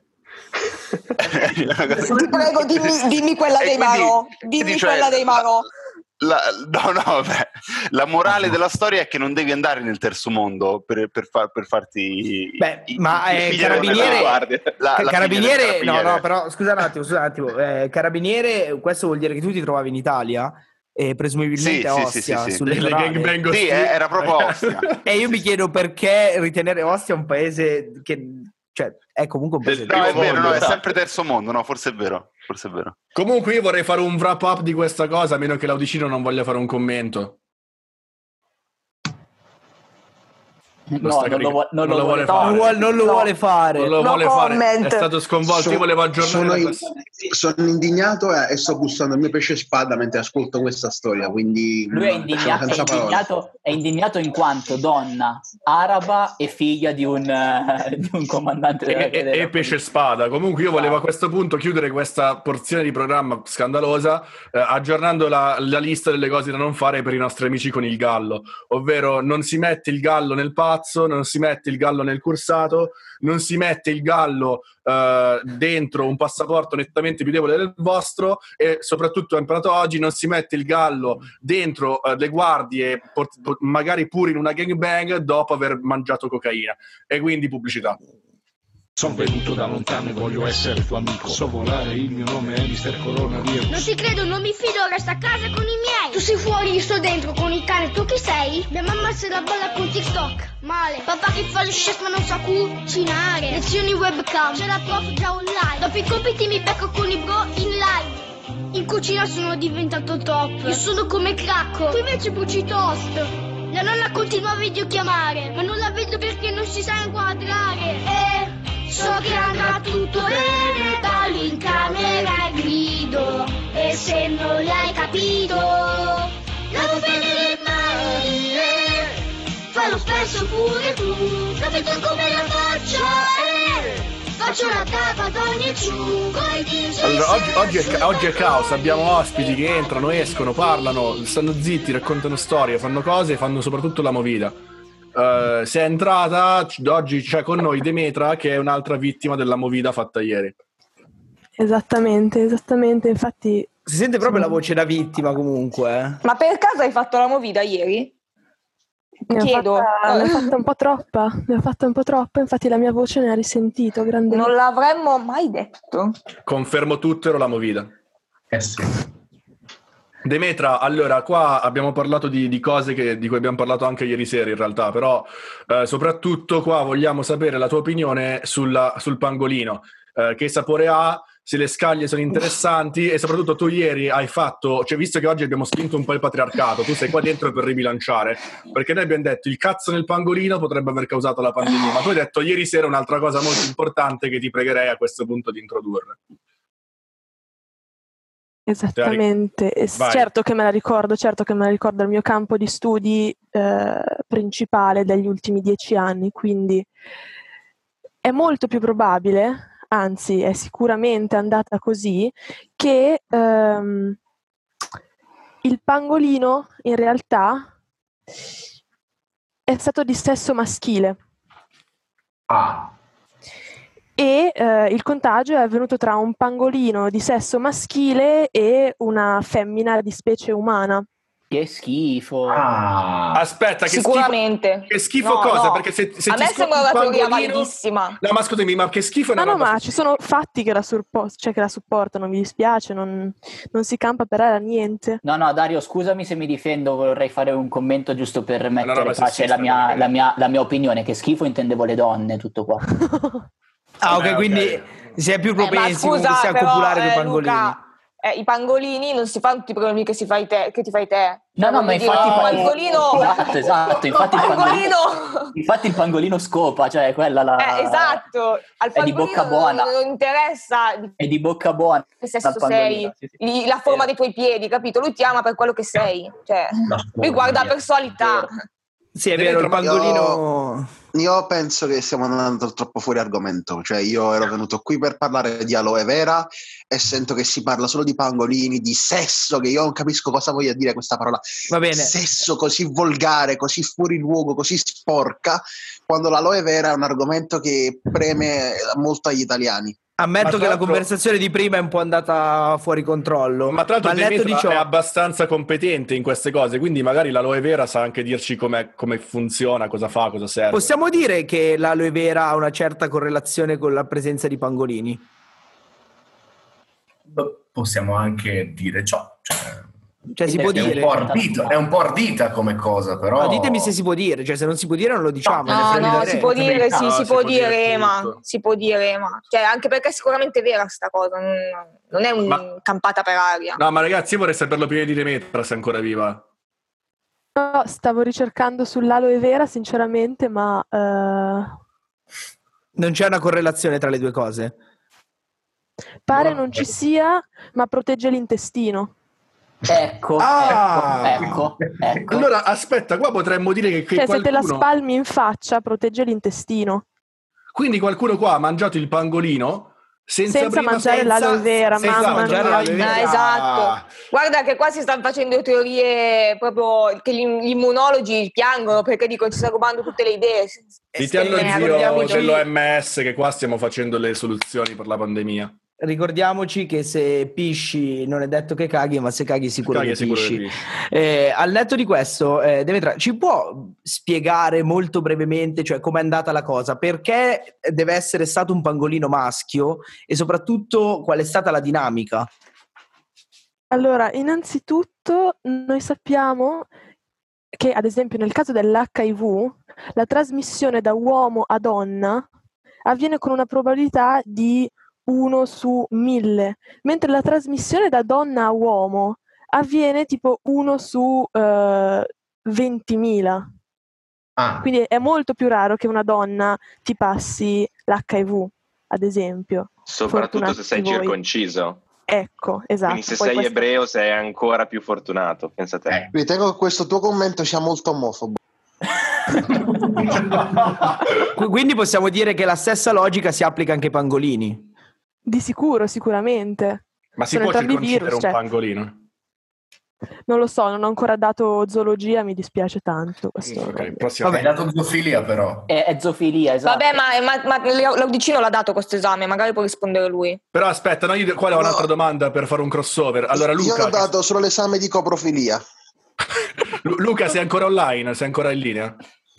Ti prego, dimmi quella dei Marò. Dimmi quella dei Marò. La morale della storia è che non devi andare nel terzo mondo per farti. Carabiniere, no, però scusa un attimo. Carabiniere, questo vuol dire che tu ti trovavi in Italia e presumibilmente a Ostia, sulle gangbang. Sì, era proprio Ostia. E io mi chiedo perché ritenere Ostia un paese che, cioè, è comunque un paese. No, è vero, no, è sempre terzo mondo, no, forse è vero. Comunque io vorrei fare un wrap up di questa cosa, a meno che l'Audicino non voglia fare un commento. Non lo vuole fare. È stato sconvolto. Io volevo aggiornare. Sono indignato e sto bussando il mio pesce spada mentre ascolto questa storia. Quindi lui è indignato in quanto donna araba e figlia di un comandante e pesce spada. Comunque io volevo a questo punto chiudere questa porzione di programma scandalosa aggiornando la lista delle cose da non fare per i nostri amici con il gallo, ovvero non si mette il gallo nel non si mette il gallo nel cursato, non si mette il gallo dentro un passaporto nettamente più debole del vostro, e soprattutto ho imparato oggi, non si mette il gallo dentro le guardie, magari pure in una gangbang, dopo aver mangiato cocaina. E quindi pubblicità. Sono venuto da lontano e voglio essere tuo amico. So volare, il mio nome è Mr. Coronavirus. Non ti credo, non mi fido, resta a casa con i miei. Tu sei fuori, io sto dentro con il cane, tu chi sei? Mia mamma se la balla con TikTok, male. Papà che fa lo chef ma non sa cucinare. Lezioni webcam, c'è la prof già online. Dopo i compiti mi becco con i bro in live. In cucina sono diventato top. Io sono come Cracco, tu invece bruci toast. La nonna continua a videochiamare, ma non la vedo perché non si sa inquadrare. So che andrà tutto bene, ballo in camera e grido. E se non l'hai capito. Lago bene del mare, fallo spesso pure tu. Capito come la faccia, faccio la tapa ad ogni ciù. Allora, oggi è caos, abbiamo ospiti che entrano, escono, parlano, stanno zitti, raccontano storie, fanno cose e fanno soprattutto la movida. Se è entrata, oggi c'è con noi Demetra, che è un'altra vittima della movida fatta ieri. Esattamente, infatti... Si sente proprio la voce da vittima comunque. Ma per caso hai fatto la movida ieri? Chiedo. Ne ho fatta un po' troppa, infatti la mia voce ne ha risentito grandemente. Non l'avremmo mai detto. Confermo tutto, ero la movida. Sì. Demetra, allora qua abbiamo parlato di cose di cui abbiamo parlato anche ieri sera in realtà, però soprattutto qua vogliamo sapere la tua opinione sul pangolino, che sapore ha, se le scaglie sono interessanti e soprattutto tu ieri hai fatto, cioè visto che oggi abbiamo spinto un po' il patriarcato, tu sei qua dentro per ribilanciare, perché noi abbiamo detto il cazzo nel pangolino potrebbe aver causato la pandemia, ma tu hai detto ieri sera un'altra cosa molto importante che ti pregherei a questo punto di introdurre. Esattamente, certo che me la ricordo il mio campo di studi principale degli ultimi 10 anni, quindi è molto più probabile, anzi è sicuramente andata così, che il pangolino in realtà è stato di sesso maschile. E il contagio è avvenuto tra un pangolino di sesso maschile e una femmina di specie umana. Che schifo. Aspetta, sicuramente. Che schifo cosa? Perché se a me sembra una teoria validissima. No, ma scusami, ma che schifo è una roba? Ma ci sono fatti che la supportano, mi dispiace, non si campa per aria niente. No, Dario, scusami se mi difendo, vorrei fare un commento giusto per mettere in pace la mia opinione, che schifo intendevo le donne, tutto qua. Ok, quindi si è più propensi a copulare con i pangolini. Luca, i pangolini non si fanno tutti i problemi che ti fai te. No, ma infatti il pangolino... Esatto, infatti il pangolino scopa, cioè quella la... esatto, al è di bocca buona. Non interessa... È di bocca buona. Che sesso sei, sì. La forma dei tuoi piedi, capito? Lui ti ama per quello che sei, cioè lui guarda la personalità. Sì, è vero, il pangolino... Io penso che stiamo andando troppo fuori argomento, cioè io ero venuto qui per parlare di aloe vera e sento che si parla solo di pangolini, di sesso, che io non capisco cosa voglia dire questa parola. Va bene. Sesso così volgare, così fuori luogo, così sporca, quando l'aloe vera è un argomento che preme molto agli italiani. Ammetto che la conversazione di prima è un po' andata fuori controllo. Ma tra l'altro Demetra è abbastanza competente in queste cose, quindi magari l'aloe vera sa anche dirci come funziona, cosa fa, cosa serve. Possiamo dire che l'aloe vera ha una certa correlazione con la presenza di pangolini? Possiamo anche dire ciò. Cioè si può dire. È un po' ardita come cosa, però. No, ditemi se si può dire, cioè se non si può dire non lo diciamo. No, si può dire, sì, si può dire, Ema. Si può dire, Ema. Cioè, anche perché è sicuramente vera sta cosa, non è campata per aria. No, ma ragazzi, io vorrei sapere l'opinione di Demetra, se è ancora viva. No, stavo ricercando sull'aloe vera, sinceramente, ma... Non c'è una correlazione tra le due cose? Pare non ci sia, ma protegge l'intestino. Ecco. Allora aspetta, qua potremmo dire che se te la spalmi in faccia protegge l'intestino. Quindi qualcuno qua ha mangiato il pangolino senza mangiare l'aloe vera, mamma mia. Esatto. Guarda che qua si stanno facendo teorie proprio che gli immunologi piangono perché dicono ci stanno rubando tutte le idee. Dite allo zio dell'OMS che qua stiamo facendo le soluzioni per la pandemia. Ricordiamoci che se pisci non è detto che caghi, ma se caghi sicuro che pisci. Al netto di questo, Demetra, ci può spiegare molto brevemente, cioè com'è andata la cosa? Perché deve essere stato un pangolino maschio e soprattutto qual è stata la dinamica? Allora, innanzitutto noi sappiamo che ad esempio nel caso dell'HIV la trasmissione da uomo a donna avviene con una probabilità di 1 su 1000, mentre la trasmissione da donna a uomo avviene tipo 1 su 20.000. Quindi è molto più raro che una donna ti passi l'HIV, ad esempio. Soprattutto se sei circonciso. Ecco, esatto. Quindi se Poi sei questa- ebreo sei ancora più fortunato, pensa te. Ritengo che questo tuo commento sia molto omofobo. Quindi possiamo dire che la stessa logica si applica anche ai pangolini. Di sicuro, sicuramente. Ma si Sono può entrambi circoncidere virus, un cioè, pangolino? non lo so, non ho ancora dato zoologia, mi dispiace tanto. Questo Ok, prossima. Hai dato zoofilia però. È zoofilia, esatto. Vabbè, ma l'Audicino l'ha dato questo esame, magari può rispondere lui. Però aspetta, no, io qua ho un'altra domanda per fare un crossover. Allora Io Luca, ho dato solo l'esame di coprofilia. Luca sei ancora online? Sei ancora in linea?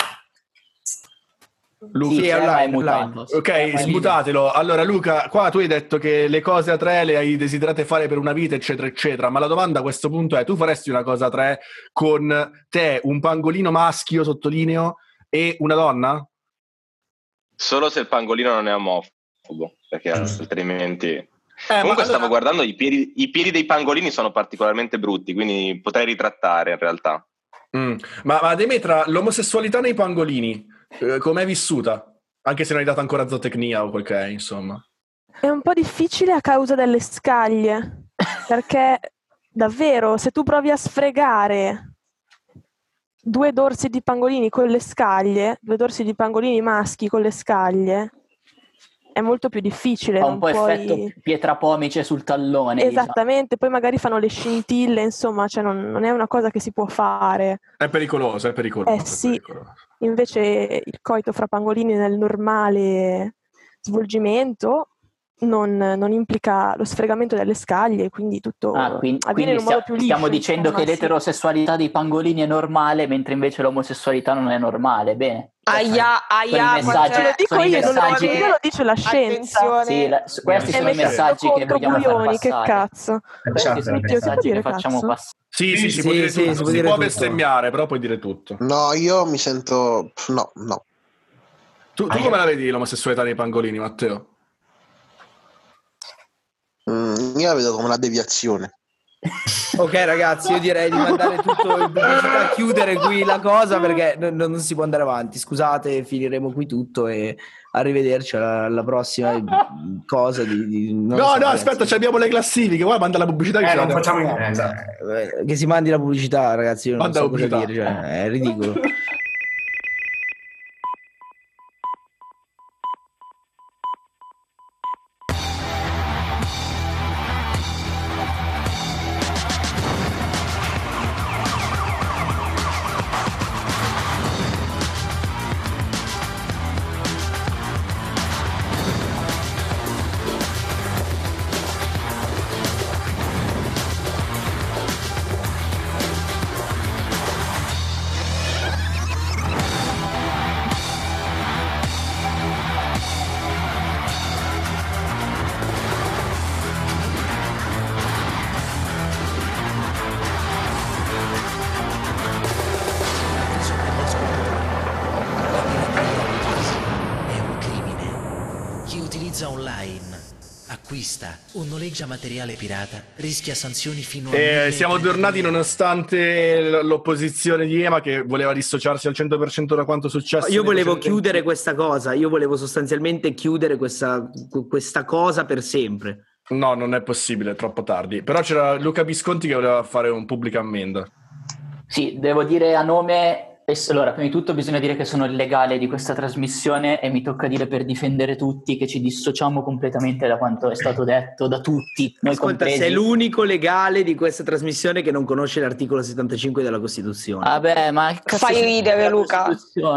Luca Sì, è Emma è online, mutato. Ok, Emma è in linea. smutatelo. Allora Luca, qua tu hai detto che le cose a tre le hai desiderate fare per una vita, eccetera, eccetera, ma la domanda a questo punto è: tu faresti una cosa a tre con te, un pangolino maschio, sottolineo, e una donna? Solo se il pangolino non è omofobo, perché altrimenti... ma Comunque allora- stavo guardando, i piedi dei pangolini sono particolarmente brutti, quindi potrei ritrattare in realtà. Ma Demetra, l'omosessualità nei pangolini, com'è vissuta? Anche se non hai dato ancora zootecnia o quel che è, insomma. è un po' difficile a causa delle scaglie, perché davvero, se tu provi a sfregare 2 dorsi di pangolini con le scaglie, 2 dorsi di pangolini maschi con le scaglie, è molto più difficile. Fa non un po' puoi- effetto pietra pomice sul tallone. Esattamente, poi magari fanno le scintille, insomma, cioè non è una cosa che si può fare. È pericoloso, è pericoloso. Eh sì, invece il coito fra pangolini nel normale svolgimento non implica lo sfregamento delle scaglie, quindi tutto avviene Quindi in un modo più liscio. stiamo dicendo insomma, che l'eterosessualità dei pangolini è normale, mentre invece l'omosessualità non è normale. Bene. Aia, Sono i messaggi, lo dico sono i io, non lo messaggi dico io, lo dice la scienza. Attenzione. Sì, questi sono i mettete messaggi che contro vogliamo far Guglioni, che passare. cazzo. Questi sono i Smettilo, si può messaggi dire che facciamo cazzo? passare. Sì, si Sì, può dire sì, tutto. si può Si dire può tutto. bestemmiare, però puoi dire tutto. No, io mi sento... No. Tu come la vedi l'omosessualità nei pangolini, Matteo? Io la vedo come una deviazione. Ok ragazzi, io direi di mandare tutto in pubblicità, chiudere qui la cosa perché non si può andare avanti. Scusate, finiremo qui tutto e arrivederci alla prossima cosa non No, so, ragazzi. aspetta, abbiamo le classifiche. Guarda, manda la pubblicità. Che non facciamo niente. Esatto. Che si mandi la pubblicità, ragazzi. Io non Manda so la cosa pubblicità. dire, cioè, è ridicolo. Online, acquista o noleggia materiale pirata rischia sanzioni fino a siamo tornati nonostante l'opposizione di Ema che voleva dissociarsi al 100% da quanto successo. Io volevo chiudere questa cosa, io volevo sostanzialmente chiudere questa cosa per sempre. No, non è possibile, è troppo tardi. Però c'era Luca Visconti che voleva fare un pubblica ammenda. Sì, devo dire a nome... Allora, prima di tutto bisogna dire che sono il legale di questa trasmissione e mi tocca dire per difendere tutti che ci dissociamo completamente da quanto è stato detto da tutti, noi Ascolta, compresi. sei l'unico legale di questa trasmissione che non conosce l'articolo 75 della Costituzione. Vabbè, ma fai ridere, Luca.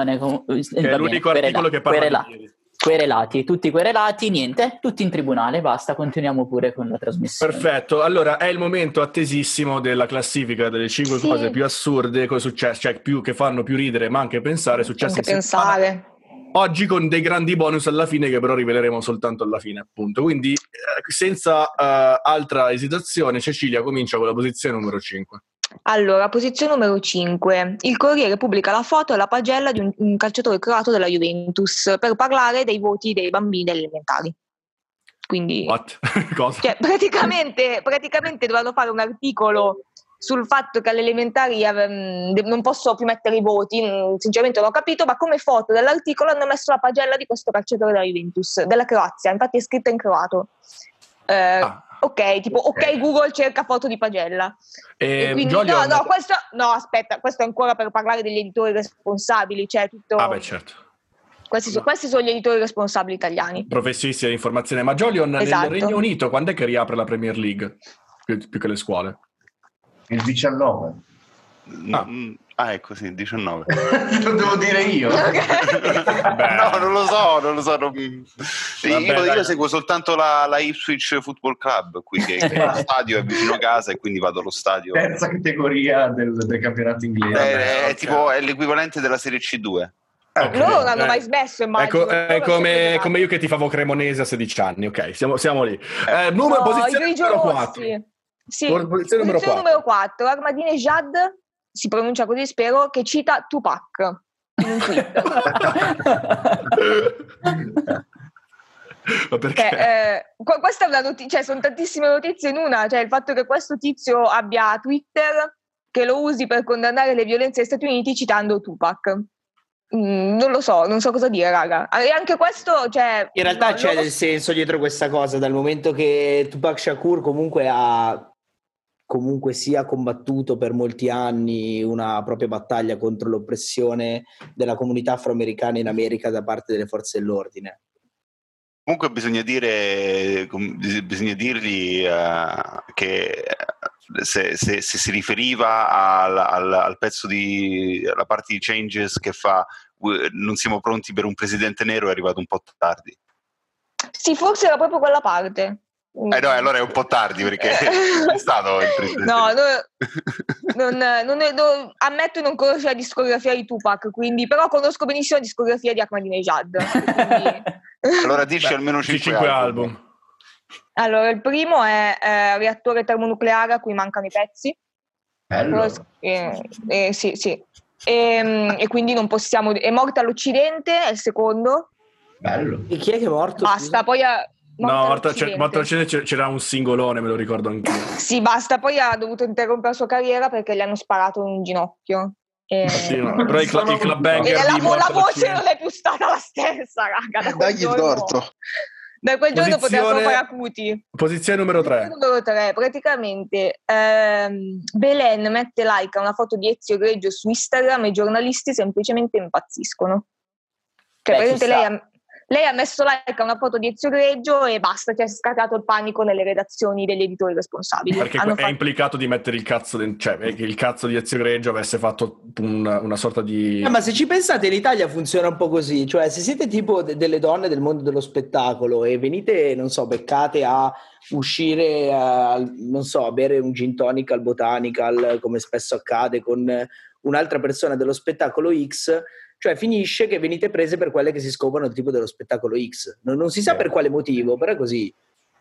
È l'unico articolo che parla di querelati, tutti querelati, niente, tutti in tribunale, basta, continuiamo pure con la trasmissione. Perfetto, allora è il momento attesissimo della classifica delle 5 cose più assurde che è successo, cioè più che fanno più ridere ma anche pensare, successe anche pensare. Oggi con dei grandi bonus alla fine che però riveleremo soltanto alla fine, appunto. Quindi senza altra esitazione Cecilia comincia con la posizione numero 5. Allora, posizione numero 5. Il Corriere pubblica la foto e la pagella di un calciatore croato della Juventus per parlare dei voti dei bambini elementari. Quindi, What? Cosa? Cioè, praticamente dovevano fare un articolo sul fatto che alle elementari non posso più mettere i voti, sinceramente non ho capito, ma come foto dell'articolo hanno messo la pagella di questo calciatore della Juventus, della Croazia, infatti è scritta in croato. Ok, tipo ok Google cerca foto di pagella. E quindi, aspetta, questo è ancora per parlare degli editori responsabili, cioè tutto. Ah beh, certo. Questi sono gli editori responsabili italiani. Professionisti dell'informazione. Ma Jolion, Esatto. nel Regno Unito, quando è che riapre la Premier League? Più che le scuole? Il 19. Ecco, sì, il 19. Lo devo dire io? No, non lo so. Io seguo soltanto la Ipswich Football Club qui, che lo stadio è vicino a casa, e quindi vado allo stadio. Terza categoria del campionato inglese. È l'equivalente della Serie C2. Okay. Loro non hanno mai smesso, immagino. È come io che tifavo Cremonese a 16 anni. Ok, siamo lì. Posizione numero 4. Sì, posizione numero 4. Ahmadinejad, si pronuncia così, spero, che cita Tupac in un tweet. Ma perché? Questa è una notizia, sono tantissime notizie in una, cioè il fatto che questo tizio abbia Twitter che lo usi per condannare le violenze negli Stati Uniti citando Tupac. Non lo so, non so cosa dire, raga. E anche questo, cioè, in realtà c'è del senso dietro questa cosa, dal momento che Tupac Shakur comunque sia combattuto per molti anni una propria battaglia contro l'oppressione della comunità afroamericana in America da parte delle forze dell'ordine. Comunque bisogna dirgli che se si riferiva al pezzo alla parte di Changes che fa non siamo pronti per un presidente nero, è arrivato un po' tardi. Sì, forse era proprio quella parte. No, allora è un po' tardi, perché è stato il presidente. Ammetto di non conoscere la discografia di Tupac, quindi, però conosco benissimo la discografia di Ahmadinejad. Allora dici almeno 5 album. Allora, il primo è Reattore termonucleare a cui mancano i pezzi. Bello. Sì. E quindi non possiamo. È Morta all'Occidente, è il secondo. Bello. E chi è che è morto? Basta, poi Morta all'Occidente c'era un singolone, me lo ricordo anch'io. Sì, basta, poi ha dovuto interrompere la sua carriera perché gli hanno sparato in un ginocchio. Però il club banger la voce non è più stata la stessa, raga. Dagli il torto. Da quel giorno potevano fare acuti. Posizione numero 3. Praticamente Belen mette like a una foto di Ezio Greggio su Instagram e i giornalisti semplicemente impazziscono. Cioè, lei ha messo like a una foto di Ezio Greggio e basta, cioè si è scattato il panico nelle redazioni degli editori responsabili. Perché è implicato di mettere il cazzo cioè che il cazzo di Ezio Greggio avesse fatto una sorta di... Ma se ci pensate, in Italia funziona un po' così, cioè se siete tipo delle donne del mondo dello spettacolo e venite, non so, beccate a uscire non so, a bere un gin tonic al Botanical, come spesso accade con un'altra persona dello spettacolo X, cioè finisce che venite prese per quelle che si scopano il tipo dello spettacolo X. Non si sa per quale motivo, però è così.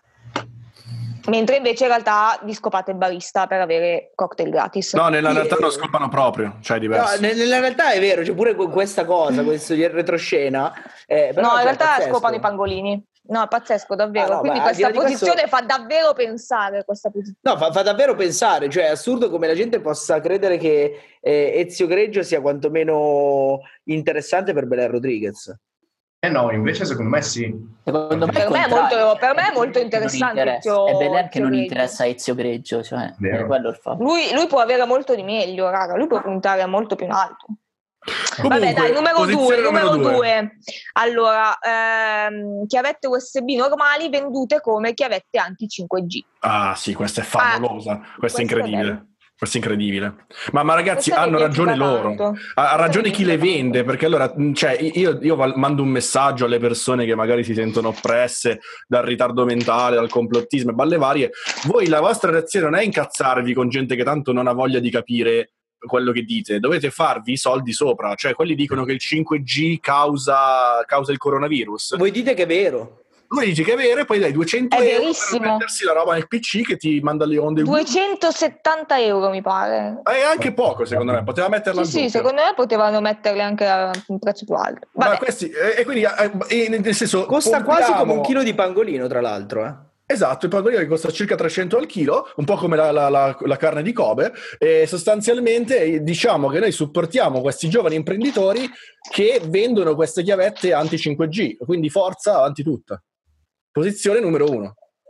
Mentre invece in realtà vi scopate il barista per avere cocktail gratis. No, nella realtà lo scopano proprio, cioè è diverso. No, nella realtà è vero, c'è pure questa cosa, questo retroscena. No, in realtà scopano i pangolini. No, è pazzesco, davvero. Quindi questa posizione fa davvero pensare. No, fa davvero pensare. Cioè, è assurdo come la gente possa credere che Ezio Greggio sia quantomeno interessante per Belen Rodriguez. No, invece secondo me sì. Secondo me per me è molto interessante. È Belen che non interessa Ezio Greggio, cioè è quello il fatto. Lui può avere molto di meglio, raga. Lui può puntare a molto più in alto. Comunque, vabbè, dai, numero 2. Allora, chiavette USB normali vendute come chiavette anti-5G. Ah sì, questa è favolosa, questa è incredibile. Questo è incredibile. Ma ragazzi, hanno ragione loro. Ha ragione chi le vende, perché allora, cioè, io mando un messaggio alle persone che magari si sentono oppresse dal ritardo mentale, dal complottismo e balle varie. Voi, la vostra reazione non è incazzarvi con gente che tanto non ha voglia di capire quello che dite, dovete farvi i soldi sopra. Cioè, quelli dicono che il 5G causa il coronavirus. Voi dite che è vero. Lui dice che è vero e poi dai 200 euro per mettersi la roba nel PC che ti manda le onde. 270 euro mi pare. È anche poco, secondo me. Poteva metterla sì, secondo me potevano metterle anche a un prezzo più alto. Ma questi, e quindi nel senso costa quasi come un chilo di pangolino, tra l'altro, Esatto, il pangolino che costa circa 300 al chilo, un po' come la carne di Kobe, e sostanzialmente diciamo che noi supportiamo questi giovani imprenditori che vendono queste chiavette anti 5G, quindi forza avanti tutta. Posizione numero 1.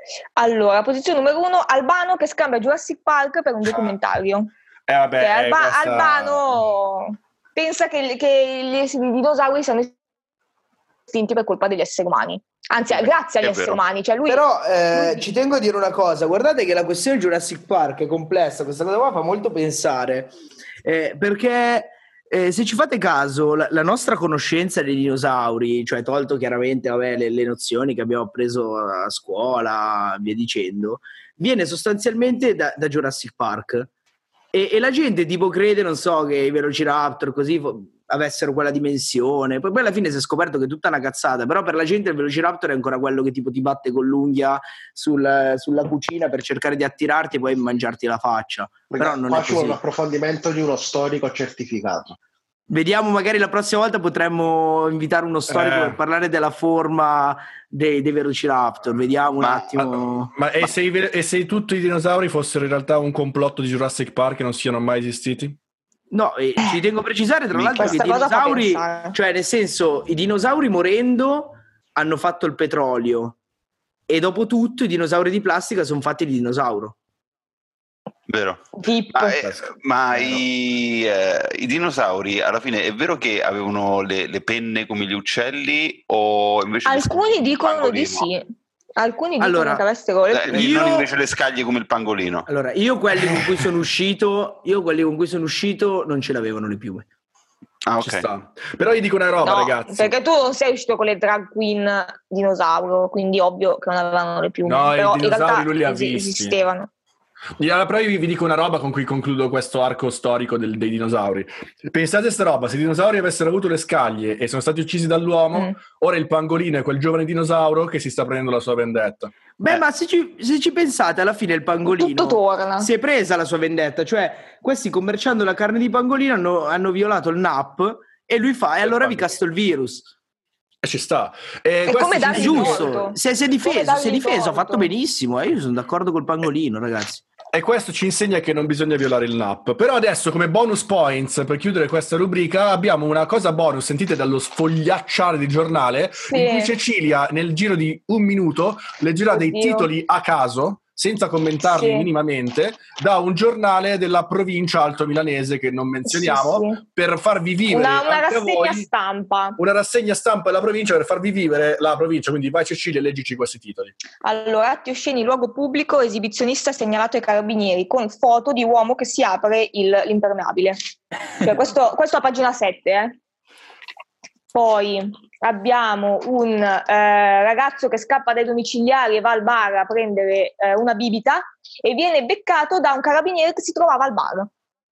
Allora, posizione numero 1, Albano che scambia Jurassic Park per un documentario. Vabbè, questa... Albano pensa che i dinosauri siano estinti per colpa degli esseri umani. Anzi, grazie agli esseri umani. Cioè lui, però ci tengo a dire una cosa, guardate che la questione Jurassic Park è complessa, questa cosa qua fa molto pensare, perché se ci fate caso la nostra conoscenza dei dinosauri, cioè tolto chiaramente le nozioni che abbiamo appreso a scuola, via dicendo, viene sostanzialmente da Jurassic Park. E la gente tipo crede, non so, che i Velociraptor così avessero quella dimensione, poi alla fine si è scoperto che è tutta una cazzata, però per la gente il Velociraptor è ancora quello che tipo ti batte con l'unghia sulla cucina per cercare di attirarti e poi mangiarti la faccia. Però non qua è ci vuole così. un approfondimento di uno storico certificato. Vediamo, magari la prossima volta potremmo invitare uno storico per parlare della forma dei Velociraptor. Vediamo un attimo. E se tutti i dinosauri fossero in realtà un complotto di Jurassic Park e non siano mai esistiti? No, ci tengo a precisare tra l'altro che i dinosauri, cioè nel senso, i dinosauri morendo hanno fatto il petrolio e dopo tutto i dinosauri di plastica sono fatti di dinosauro. Vero. Ma i dinosauri alla fine è vero che avevano le penne come gli uccelli o invece alcuni dicono di sì, alcuni dicono che avessero le penne. non invece le scaglie come il pangolino. Allora, io quelli con cui sono uscito non ce l'avevano le piume. Ah, ci sta. Però io dico una roba, ragazzi. Perché tu non sei uscito con le drag queen dinosauro, quindi ovvio che non avevano le piume. No, però i dinosauri in realtà lui li ha visti. esistevano. Però io vi dico una roba con cui concludo questo arco storico dei dinosauri. Pensate a sta roba, se i dinosauri avessero avuto le scaglie e sono stati uccisi dall'uomo, ora il pangolino è quel giovane dinosauro che si sta prendendo la sua vendetta. Beh, ma se ci pensate, alla fine il pangolino tutto torna. Si è presa la sua vendetta, cioè questi commerciando la carne di pangolino hanno violato il NAP e lui fa, e allora vi casto il virus. Ci sta. È come dargli giusto. Si è difeso, ha fatto benissimo. Io sono d'accordo col pangolino, ragazzi. E questo ci insegna che non bisogna violare il NAP. Però adesso, come bonus points, per chiudere questa rubrica, abbiamo una cosa bonus, sentite dallo sfogliacciare di giornale, in cui Cecilia, nel giro di un minuto, leggerà dei titoli a caso, senza commentarli minimamente, da un giornale della provincia altomilanese che non menzioniamo, per farvi vivere una rassegna stampa. Una rassegna stampa della provincia per farvi vivere la provincia. Quindi vai Cecilia e leggici questi titoli. Allora, atti osceni, luogo pubblico, esibizionista segnalato ai carabinieri con foto di uomo che si apre l'impermeabile. Cioè, questo a pagina 7, Poi abbiamo un ragazzo che scappa dai domiciliari e va al bar a prendere una bibita e viene beccato da un carabiniere che si trovava al bar.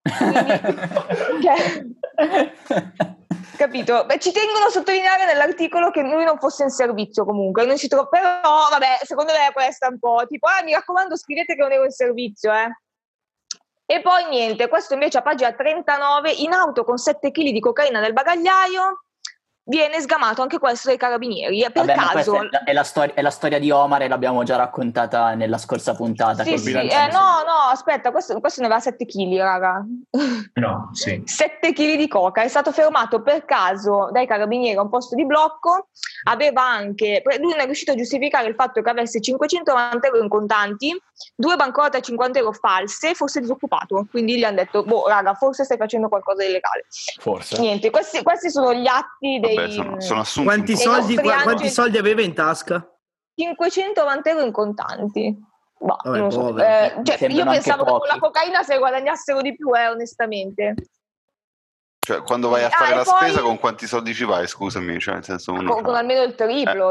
Quindi, capito? Beh, ci tengono a sottolineare nell'articolo che lui non fosse in servizio comunque, non si però vabbè, secondo me questa è un po' tipo mi raccomando scrivete che non ero in servizio, E poi niente, questo invece a pagina 39, in auto con 7 kg di cocaina nel bagagliaio, viene sgamato anche questo dai carabinieri. Per caso è la storia di Omar e l'abbiamo già raccontata nella scorsa puntata. Sì. No, aspetta, questo ne aveva 7 kg, raga. No, sì. 7 kg di coca. È stato fermato per caso dai carabinieri a un posto di blocco. Aveva anche, lui non è riuscito a giustificare il fatto che avesse 590 euro in contanti, 2 banconote a 50 euro false, fosse disoccupato. Quindi gli hanno detto, raga, forse stai facendo qualcosa di illegale. Forse. Niente, questi sono gli atti dei... sono assunti. Quanti soldi aveva in tasca? 590 euro in contanti. Vabbè, non so. Io pensavo che con la cocaina se guadagnassero di più, onestamente. Cioè, quando vai a fare la spesa, con quanti soldi ci vai? Scusami, cioè, nel senso con almeno il triplo,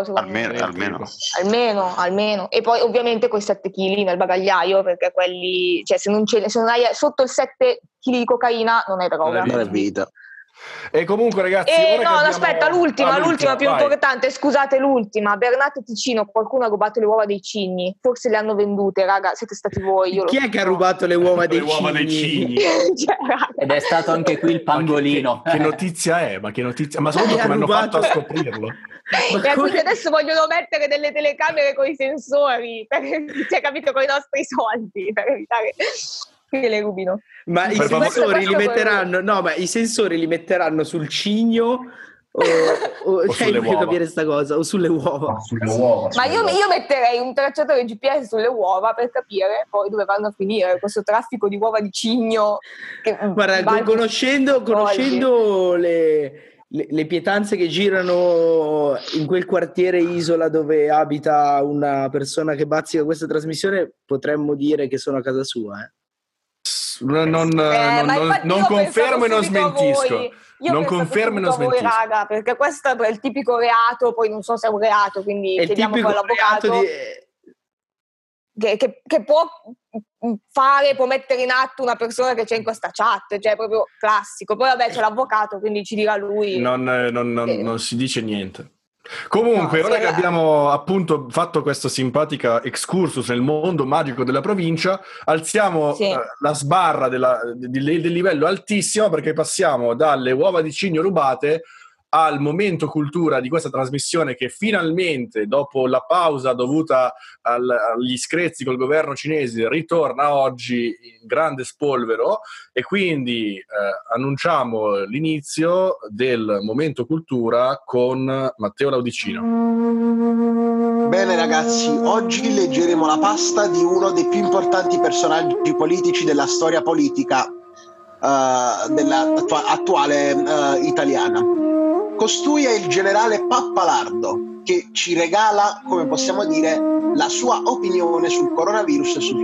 almeno. E poi ovviamente con i 7 kg nel bagagliaio, perché quelli, cioè se non hai sotto il 7 kg di cocaina non è droga. Non è vita. E comunque ragazzi aspetta, l'ultima più importante, scusate, l'ultima. Bernate Ticino, qualcuno ha rubato le uova dei cigni, forse le hanno vendute, raga, siete stati voi. Chi è che ha rubato le uova dei cigni? Ed è stato anche qui il pangolino. Che notizia è? Ma soprattutto come hanno fatto a scoprirlo? E quindi adesso vogliono mettere delle telecamere con i sensori, cioè, capito, con i nostri soldi, per evitare che le rubino. Ma i sensori li metteranno sul cigno o sulle voglio uova. capire sta cosa, o sulle uova. Ma io metterei un tracciatore GPS sulle uova per capire poi dove vanno a finire questo traffico di uova di cigno. Guarda, conoscendo le pietanze che girano in quel quartiere isola dove abita una persona che bazzica questa trasmissione, potremmo dire che sono a casa sua. Non confermo e non smentisco. Non confermo e non smentisco. Raga, perché questo è il tipico reato, poi non so se è un reato, quindi chiediamo poi all'avvocato che può mettere in atto una persona che c'è in questa chat, cioè proprio classico. Poi vabbè c'è l'avvocato, quindi ci dirà lui. Non si dice niente. Comunque, ora che abbiamo appunto fatto questa simpatica excursus nel mondo magico della provincia, alziamo la sbarra del livello altissimo, perché passiamo dalle uova di cigno rubate al momento cultura di questa trasmissione, che finalmente, dopo la pausa dovuta agli screzi col governo cinese, ritorna oggi in grande spolvero, e quindi annunciamo l'inizio del momento cultura con Matteo Laudicino. Bene ragazzi, oggi leggeremo la pasta di uno dei più importanti personaggi politici della storia politica attuale italiana. Costui è il generale Pappalardo, che ci regala, come possiamo dire, la sua opinione sul coronavirus e sul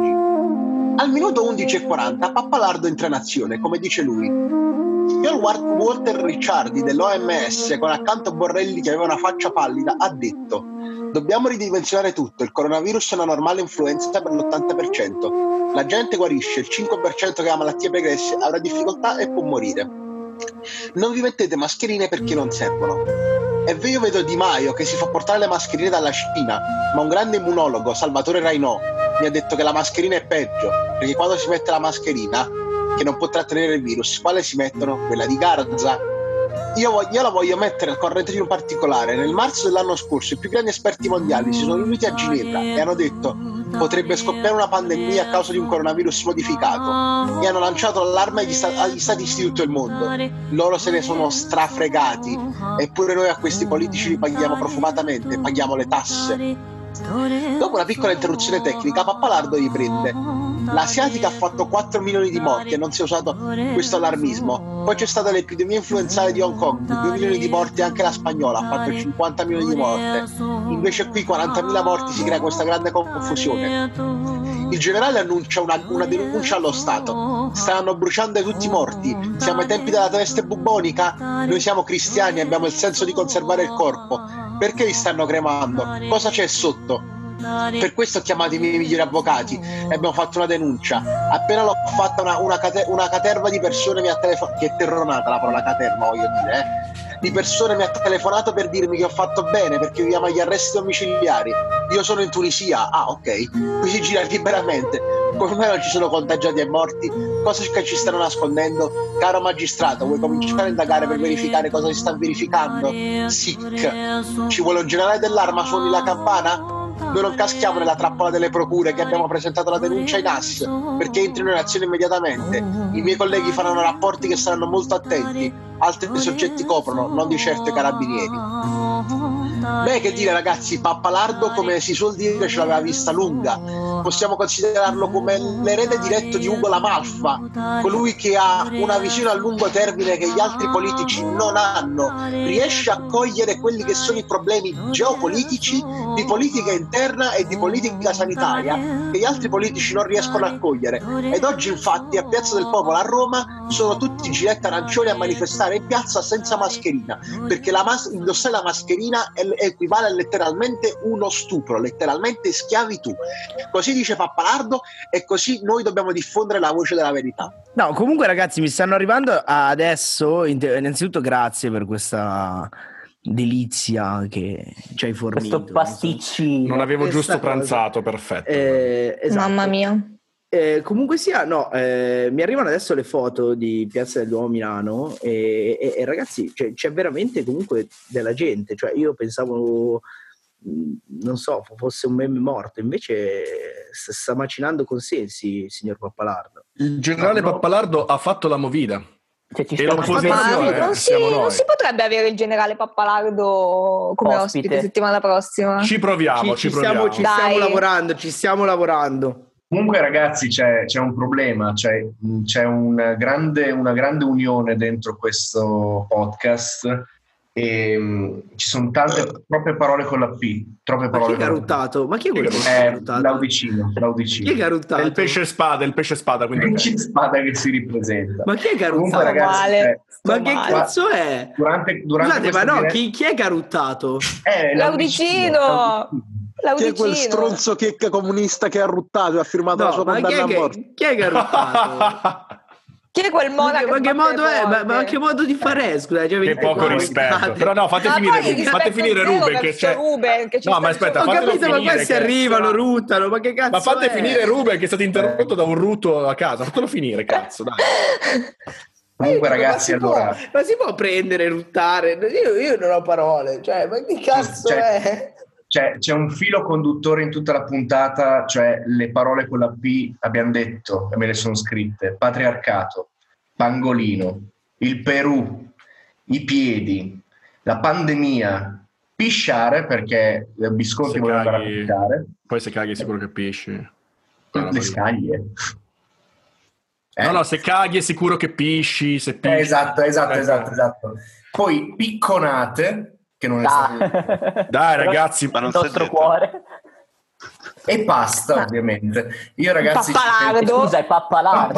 5G. Al minuto 11:40 Pappalardo entra in azione, come dice lui. Signor Walter Ricciardi dell'OMS, con accanto Borrelli che aveva una faccia pallida, ha detto: dobbiamo ridimensionare tutto, il coronavirus è una normale influenza per l'80%. La gente guarisce, il 5% che ha malattie pregresse avrà difficoltà e può morire. Non vi mettete mascherine perché non servono. E io vedo Di Maio che si fa portare le mascherine dalla Cina, ma un grande immunologo, Salvatore Rainò, mi ha detto che la mascherina è peggio, perché quando si mette la mascherina, che non può trattenere il virus, quale si mettono? Quella di Garza. Io la voglio mettere al corrente di un particolare. Nel marzo dell'anno scorso i più grandi esperti mondiali si sono riuniti a Ginevra e hanno detto: potrebbe scoppiare una pandemia a causa di un coronavirus modificato, e hanno lanciato l'allarme agli stati di tutto il mondo. Loro se ne sono strafregati, eppure noi a questi politici li paghiamo profumatamente, paghiamo le tasse. Dopo una piccola interruzione tecnica, Pappalardo riprende: l'asiatica ha fatto 4 milioni di morti e non si è usato questo allarmismo. Poi c'è stata l'epidemia influenzale di Hong Kong, 2 milioni di morti, anche la spagnola ha fatto 50 milioni di morti. Invece qui 40.000 morti, si crea questa grande confusione. Il generale annuncia una denuncia allo Stato. Stanno bruciando tutti i morti. Siamo ai tempi della peste bubonica. Noi siamo cristiani e abbiamo il senso di conservare il corpo. Perché li stanno cremando? Cosa c'è sotto? Per questo ho chiamato i miei migliori avvocati e abbiamo fatto una denuncia. Appena l'ho fatta una caterva di persone mi ha telefonato, che è terronata la parola caterva, voglio dire, di persone mi ha telefonato per dirmi che ho fatto bene perché viviamo agli arresti domiciliari. Io sono in Tunisia. Ah, ok, qui si gira liberamente. Come mai non ci sono contagiati e morti? Cosa che ci stanno nascondendo? Caro magistrato, vuoi cominciare a indagare per verificare cosa si sta verificando? Sic. Ci vuole un generale dell'arma, suoni la campana? Noi non caschiamo nella trappola delle procure, che abbiamo presentato la denuncia in AS perché entrino in azione immediatamente. I miei colleghi faranno rapporti che saranno molto attenti. Altri soggetti coprono, non di certo i carabinieri. Beh, che dire ragazzi, Pappalardo, come si suol dire, ce l'aveva vista lunga. Possiamo considerarlo come l'erede diretto di Ugo La Malfa, colui che ha una visione a lungo termine che gli altri politici non hanno. Riesce a cogliere quelli che sono i problemi geopolitici, di politica interna e di politica sanitaria, che gli altri politici non riescono a cogliere. Ed oggi infatti a Piazza del Popolo a Roma sono tutti in giletta arancioni a manifestare in piazza senza mascherina, perché indossare la mascherina equivale letteralmente uno stupro, letteralmente schiavitù. Così dice Pappalardo e così noi dobbiamo diffondere la voce della verità. No, comunque ragazzi, mi stanno arrivando adesso, innanzitutto grazie per questa delizia che ci hai fornito. Questo pasticcino. Non avevo giusto pranzato, perfetto. Esatto. Mamma mia. Comunque sia, no, mi arrivano adesso le foto di Piazza del Duomo Milano e ragazzi, c'è veramente comunque della gente, cioè io pensavo, non so, fosse un meme morto, invece sta macinando consensi, signor Pappalardo. Il generale Pappalardo ha fatto la movida. Cioè, ci E stiamo l'opposizione non siamo noi. si potrebbe avere il generale Pappalardo come ospite settimana prossima? Ci proviamo, ci stiamo Dai. lavorando, ci stiamo lavorando. Comunque ragazzi c'è un problema, c'è una grande unione dentro questo podcast e ci sono troppe parole con la P, troppe Ma chi parole è che ha con la P. ruttato? Ma chi è quello che ha ruttato? L'audicino. Chi è che ha ruttato? È il pesce spada, quindi Il pesce spada che si ripresenta. Ma chi è che ha Comunque, ruttato? ragazzi, Ma che cazzo è? Durante Scusate, questa ma no, diretta- chi è che ha ruttato? L'audicino! Chi è quel stronzo checca comunista che ha ruttato e ha firmato la sua ma condanna a morte? chi è che ha ruttato? Chi è quel monaco? Ma che modo è? Ma che modo di fare? Scusa, che poco rispetto. Però no, fate finire Ruben che c'è. No, ma aspetta, ho capito, ma questi arrivano, ruttano, ma che cazzo Ma fate è? finire Ruben che è stato interrotto da un rutto a casa. Fatelo finire, cazzo, dai. Comunque ragazzi, allora ma si può prendere e ruttare? Io non ho parole, cioè, ma che cazzo è? C'è un filo conduttore in tutta la puntata, cioè le parole con la P abbiamo detto, e me le sono scritte: patriarcato, pangolino, il Perù, i piedi, la pandemia, pisciare perché Bisconti voleva andare a pisciare. Poi se caghi sicuro che pisci. Le scaglie. No, se caghi è sicuro che pisci, se pisci. Esatto. Poi picconate, che non è stato... Dai ragazzi, ma non il nostro cuore. E pasta, ovviamente. Io ragazzi... Scusa, è Pappalardo.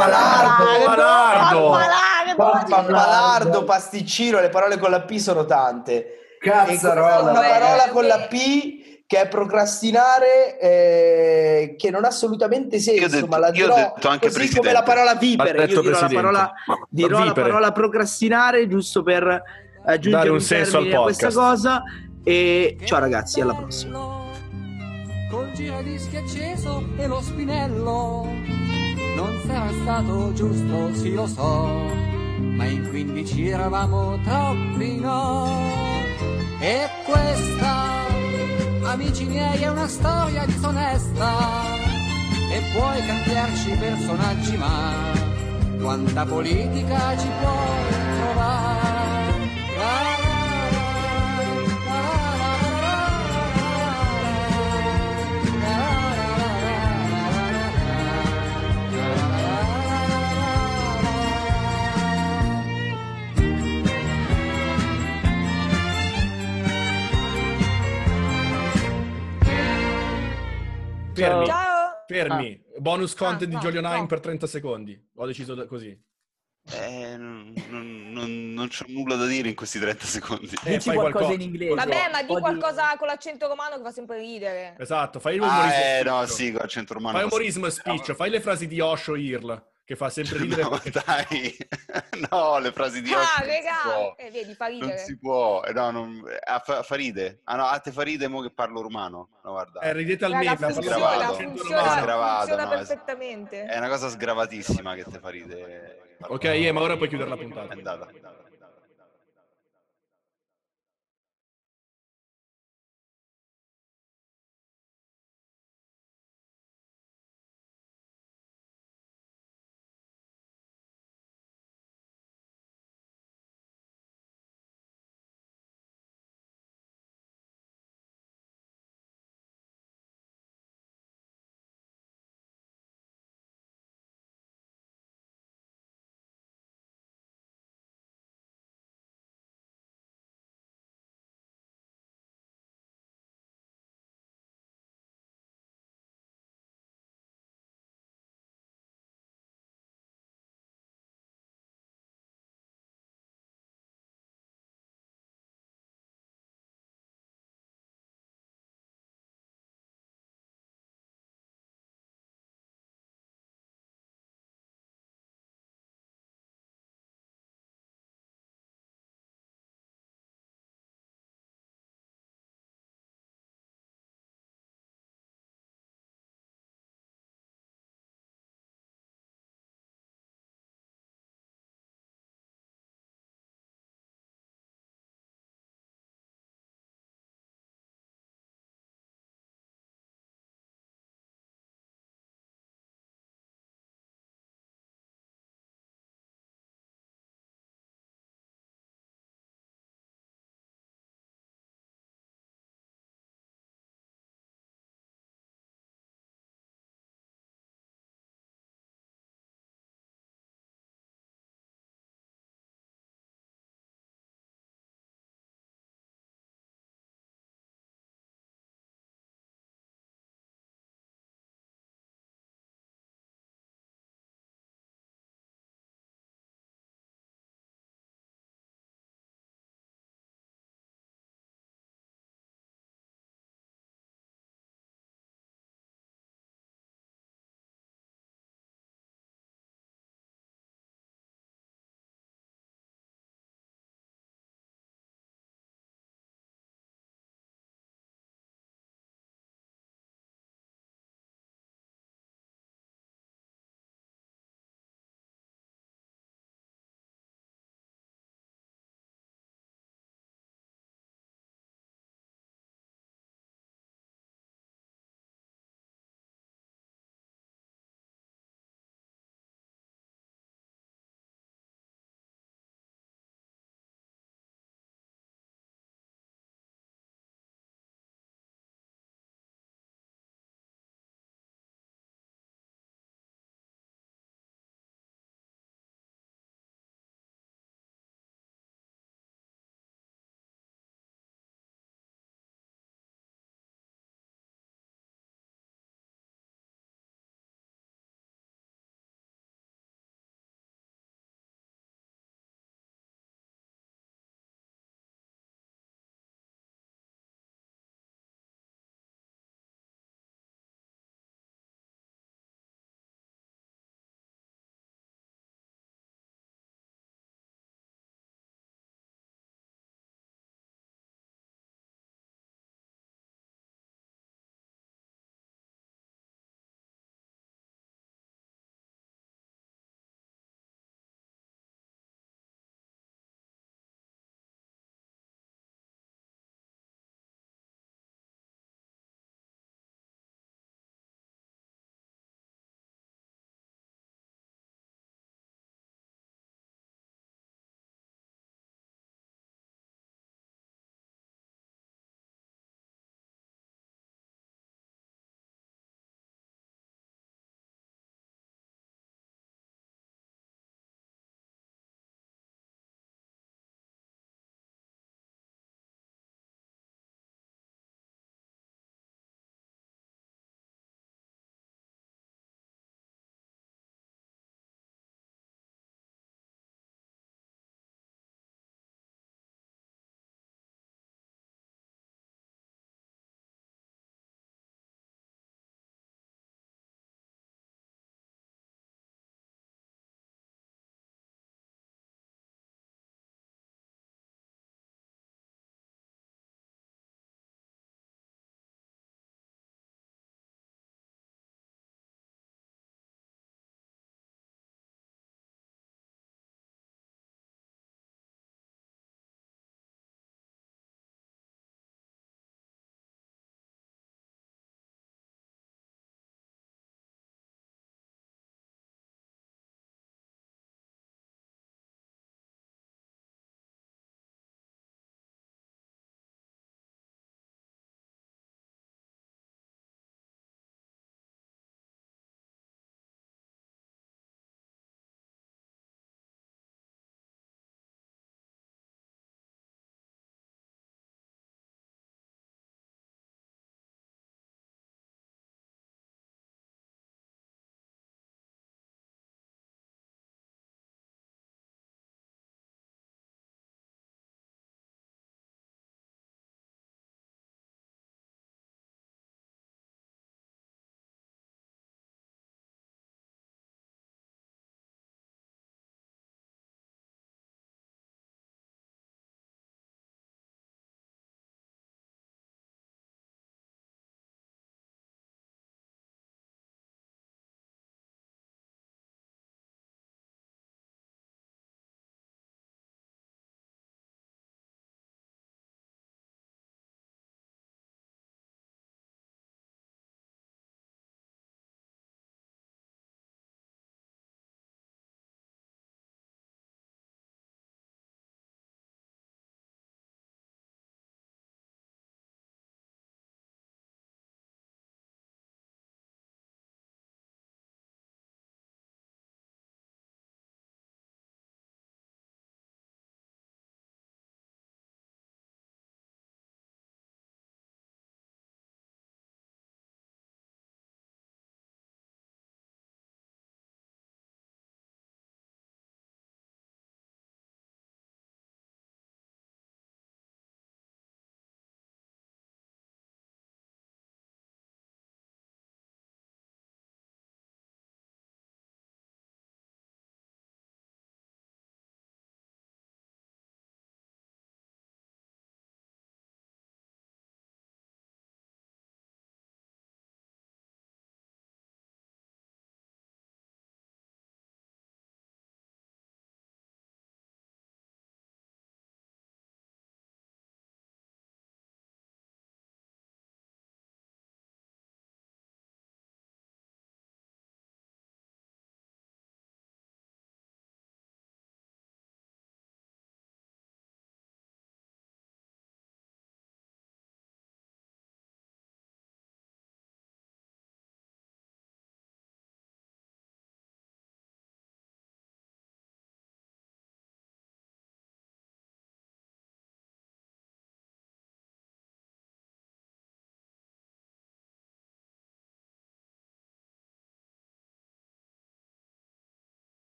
Pappalardo, pasticcino, le parole con la P sono tante. Cazzarola. Una parola con la P che è procrastinare, che non ha assolutamente senso, ma la dirò detto anche così presidente. come la parola vipere. Io dirò la Vipere. parola procrastinare giusto per aggiungere dare un un senso al termine a questa podcast. cosa. E ciao ragazzi, alla prossima. Col giradischi acceso e lo spinello non sarà stato giusto, sì lo so, ma in 15 eravamo troppi, no? E questa, amici miei, è una storia disonesta e puoi cambiarci personaggi, ma quanta politica ci puoi trovare? Fermi. Ciao. Fermi. Bonus content di no, Giolio Nine no. per 30 secondi. Ho deciso così. Non c'ho nulla da dire in questi 30 secondi. Dici fai qualcosa qualcosa. in inglese. Vabbè, ma di qualcosa con l'accento romano che fa sempre ridere. Esatto, fai l'umorismo. No, spiccio. sì, con l'accento romano. Fai umorismo e spiccio, fai le frasi di Osho Irl, che fa sempre ridere. No, dai. No, le frasi di Osho non si può. Vedi, fa ridere. Non si può. Fa ride. Ah no, a te fa ride mo che parlo romano. No, guarda. Ridete al Raga, meme. funziona perfettamente. È una cosa sgravatissima che te fa ride. Ok, ma ora puoi chiudere la puntata. È andata.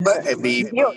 e vi Io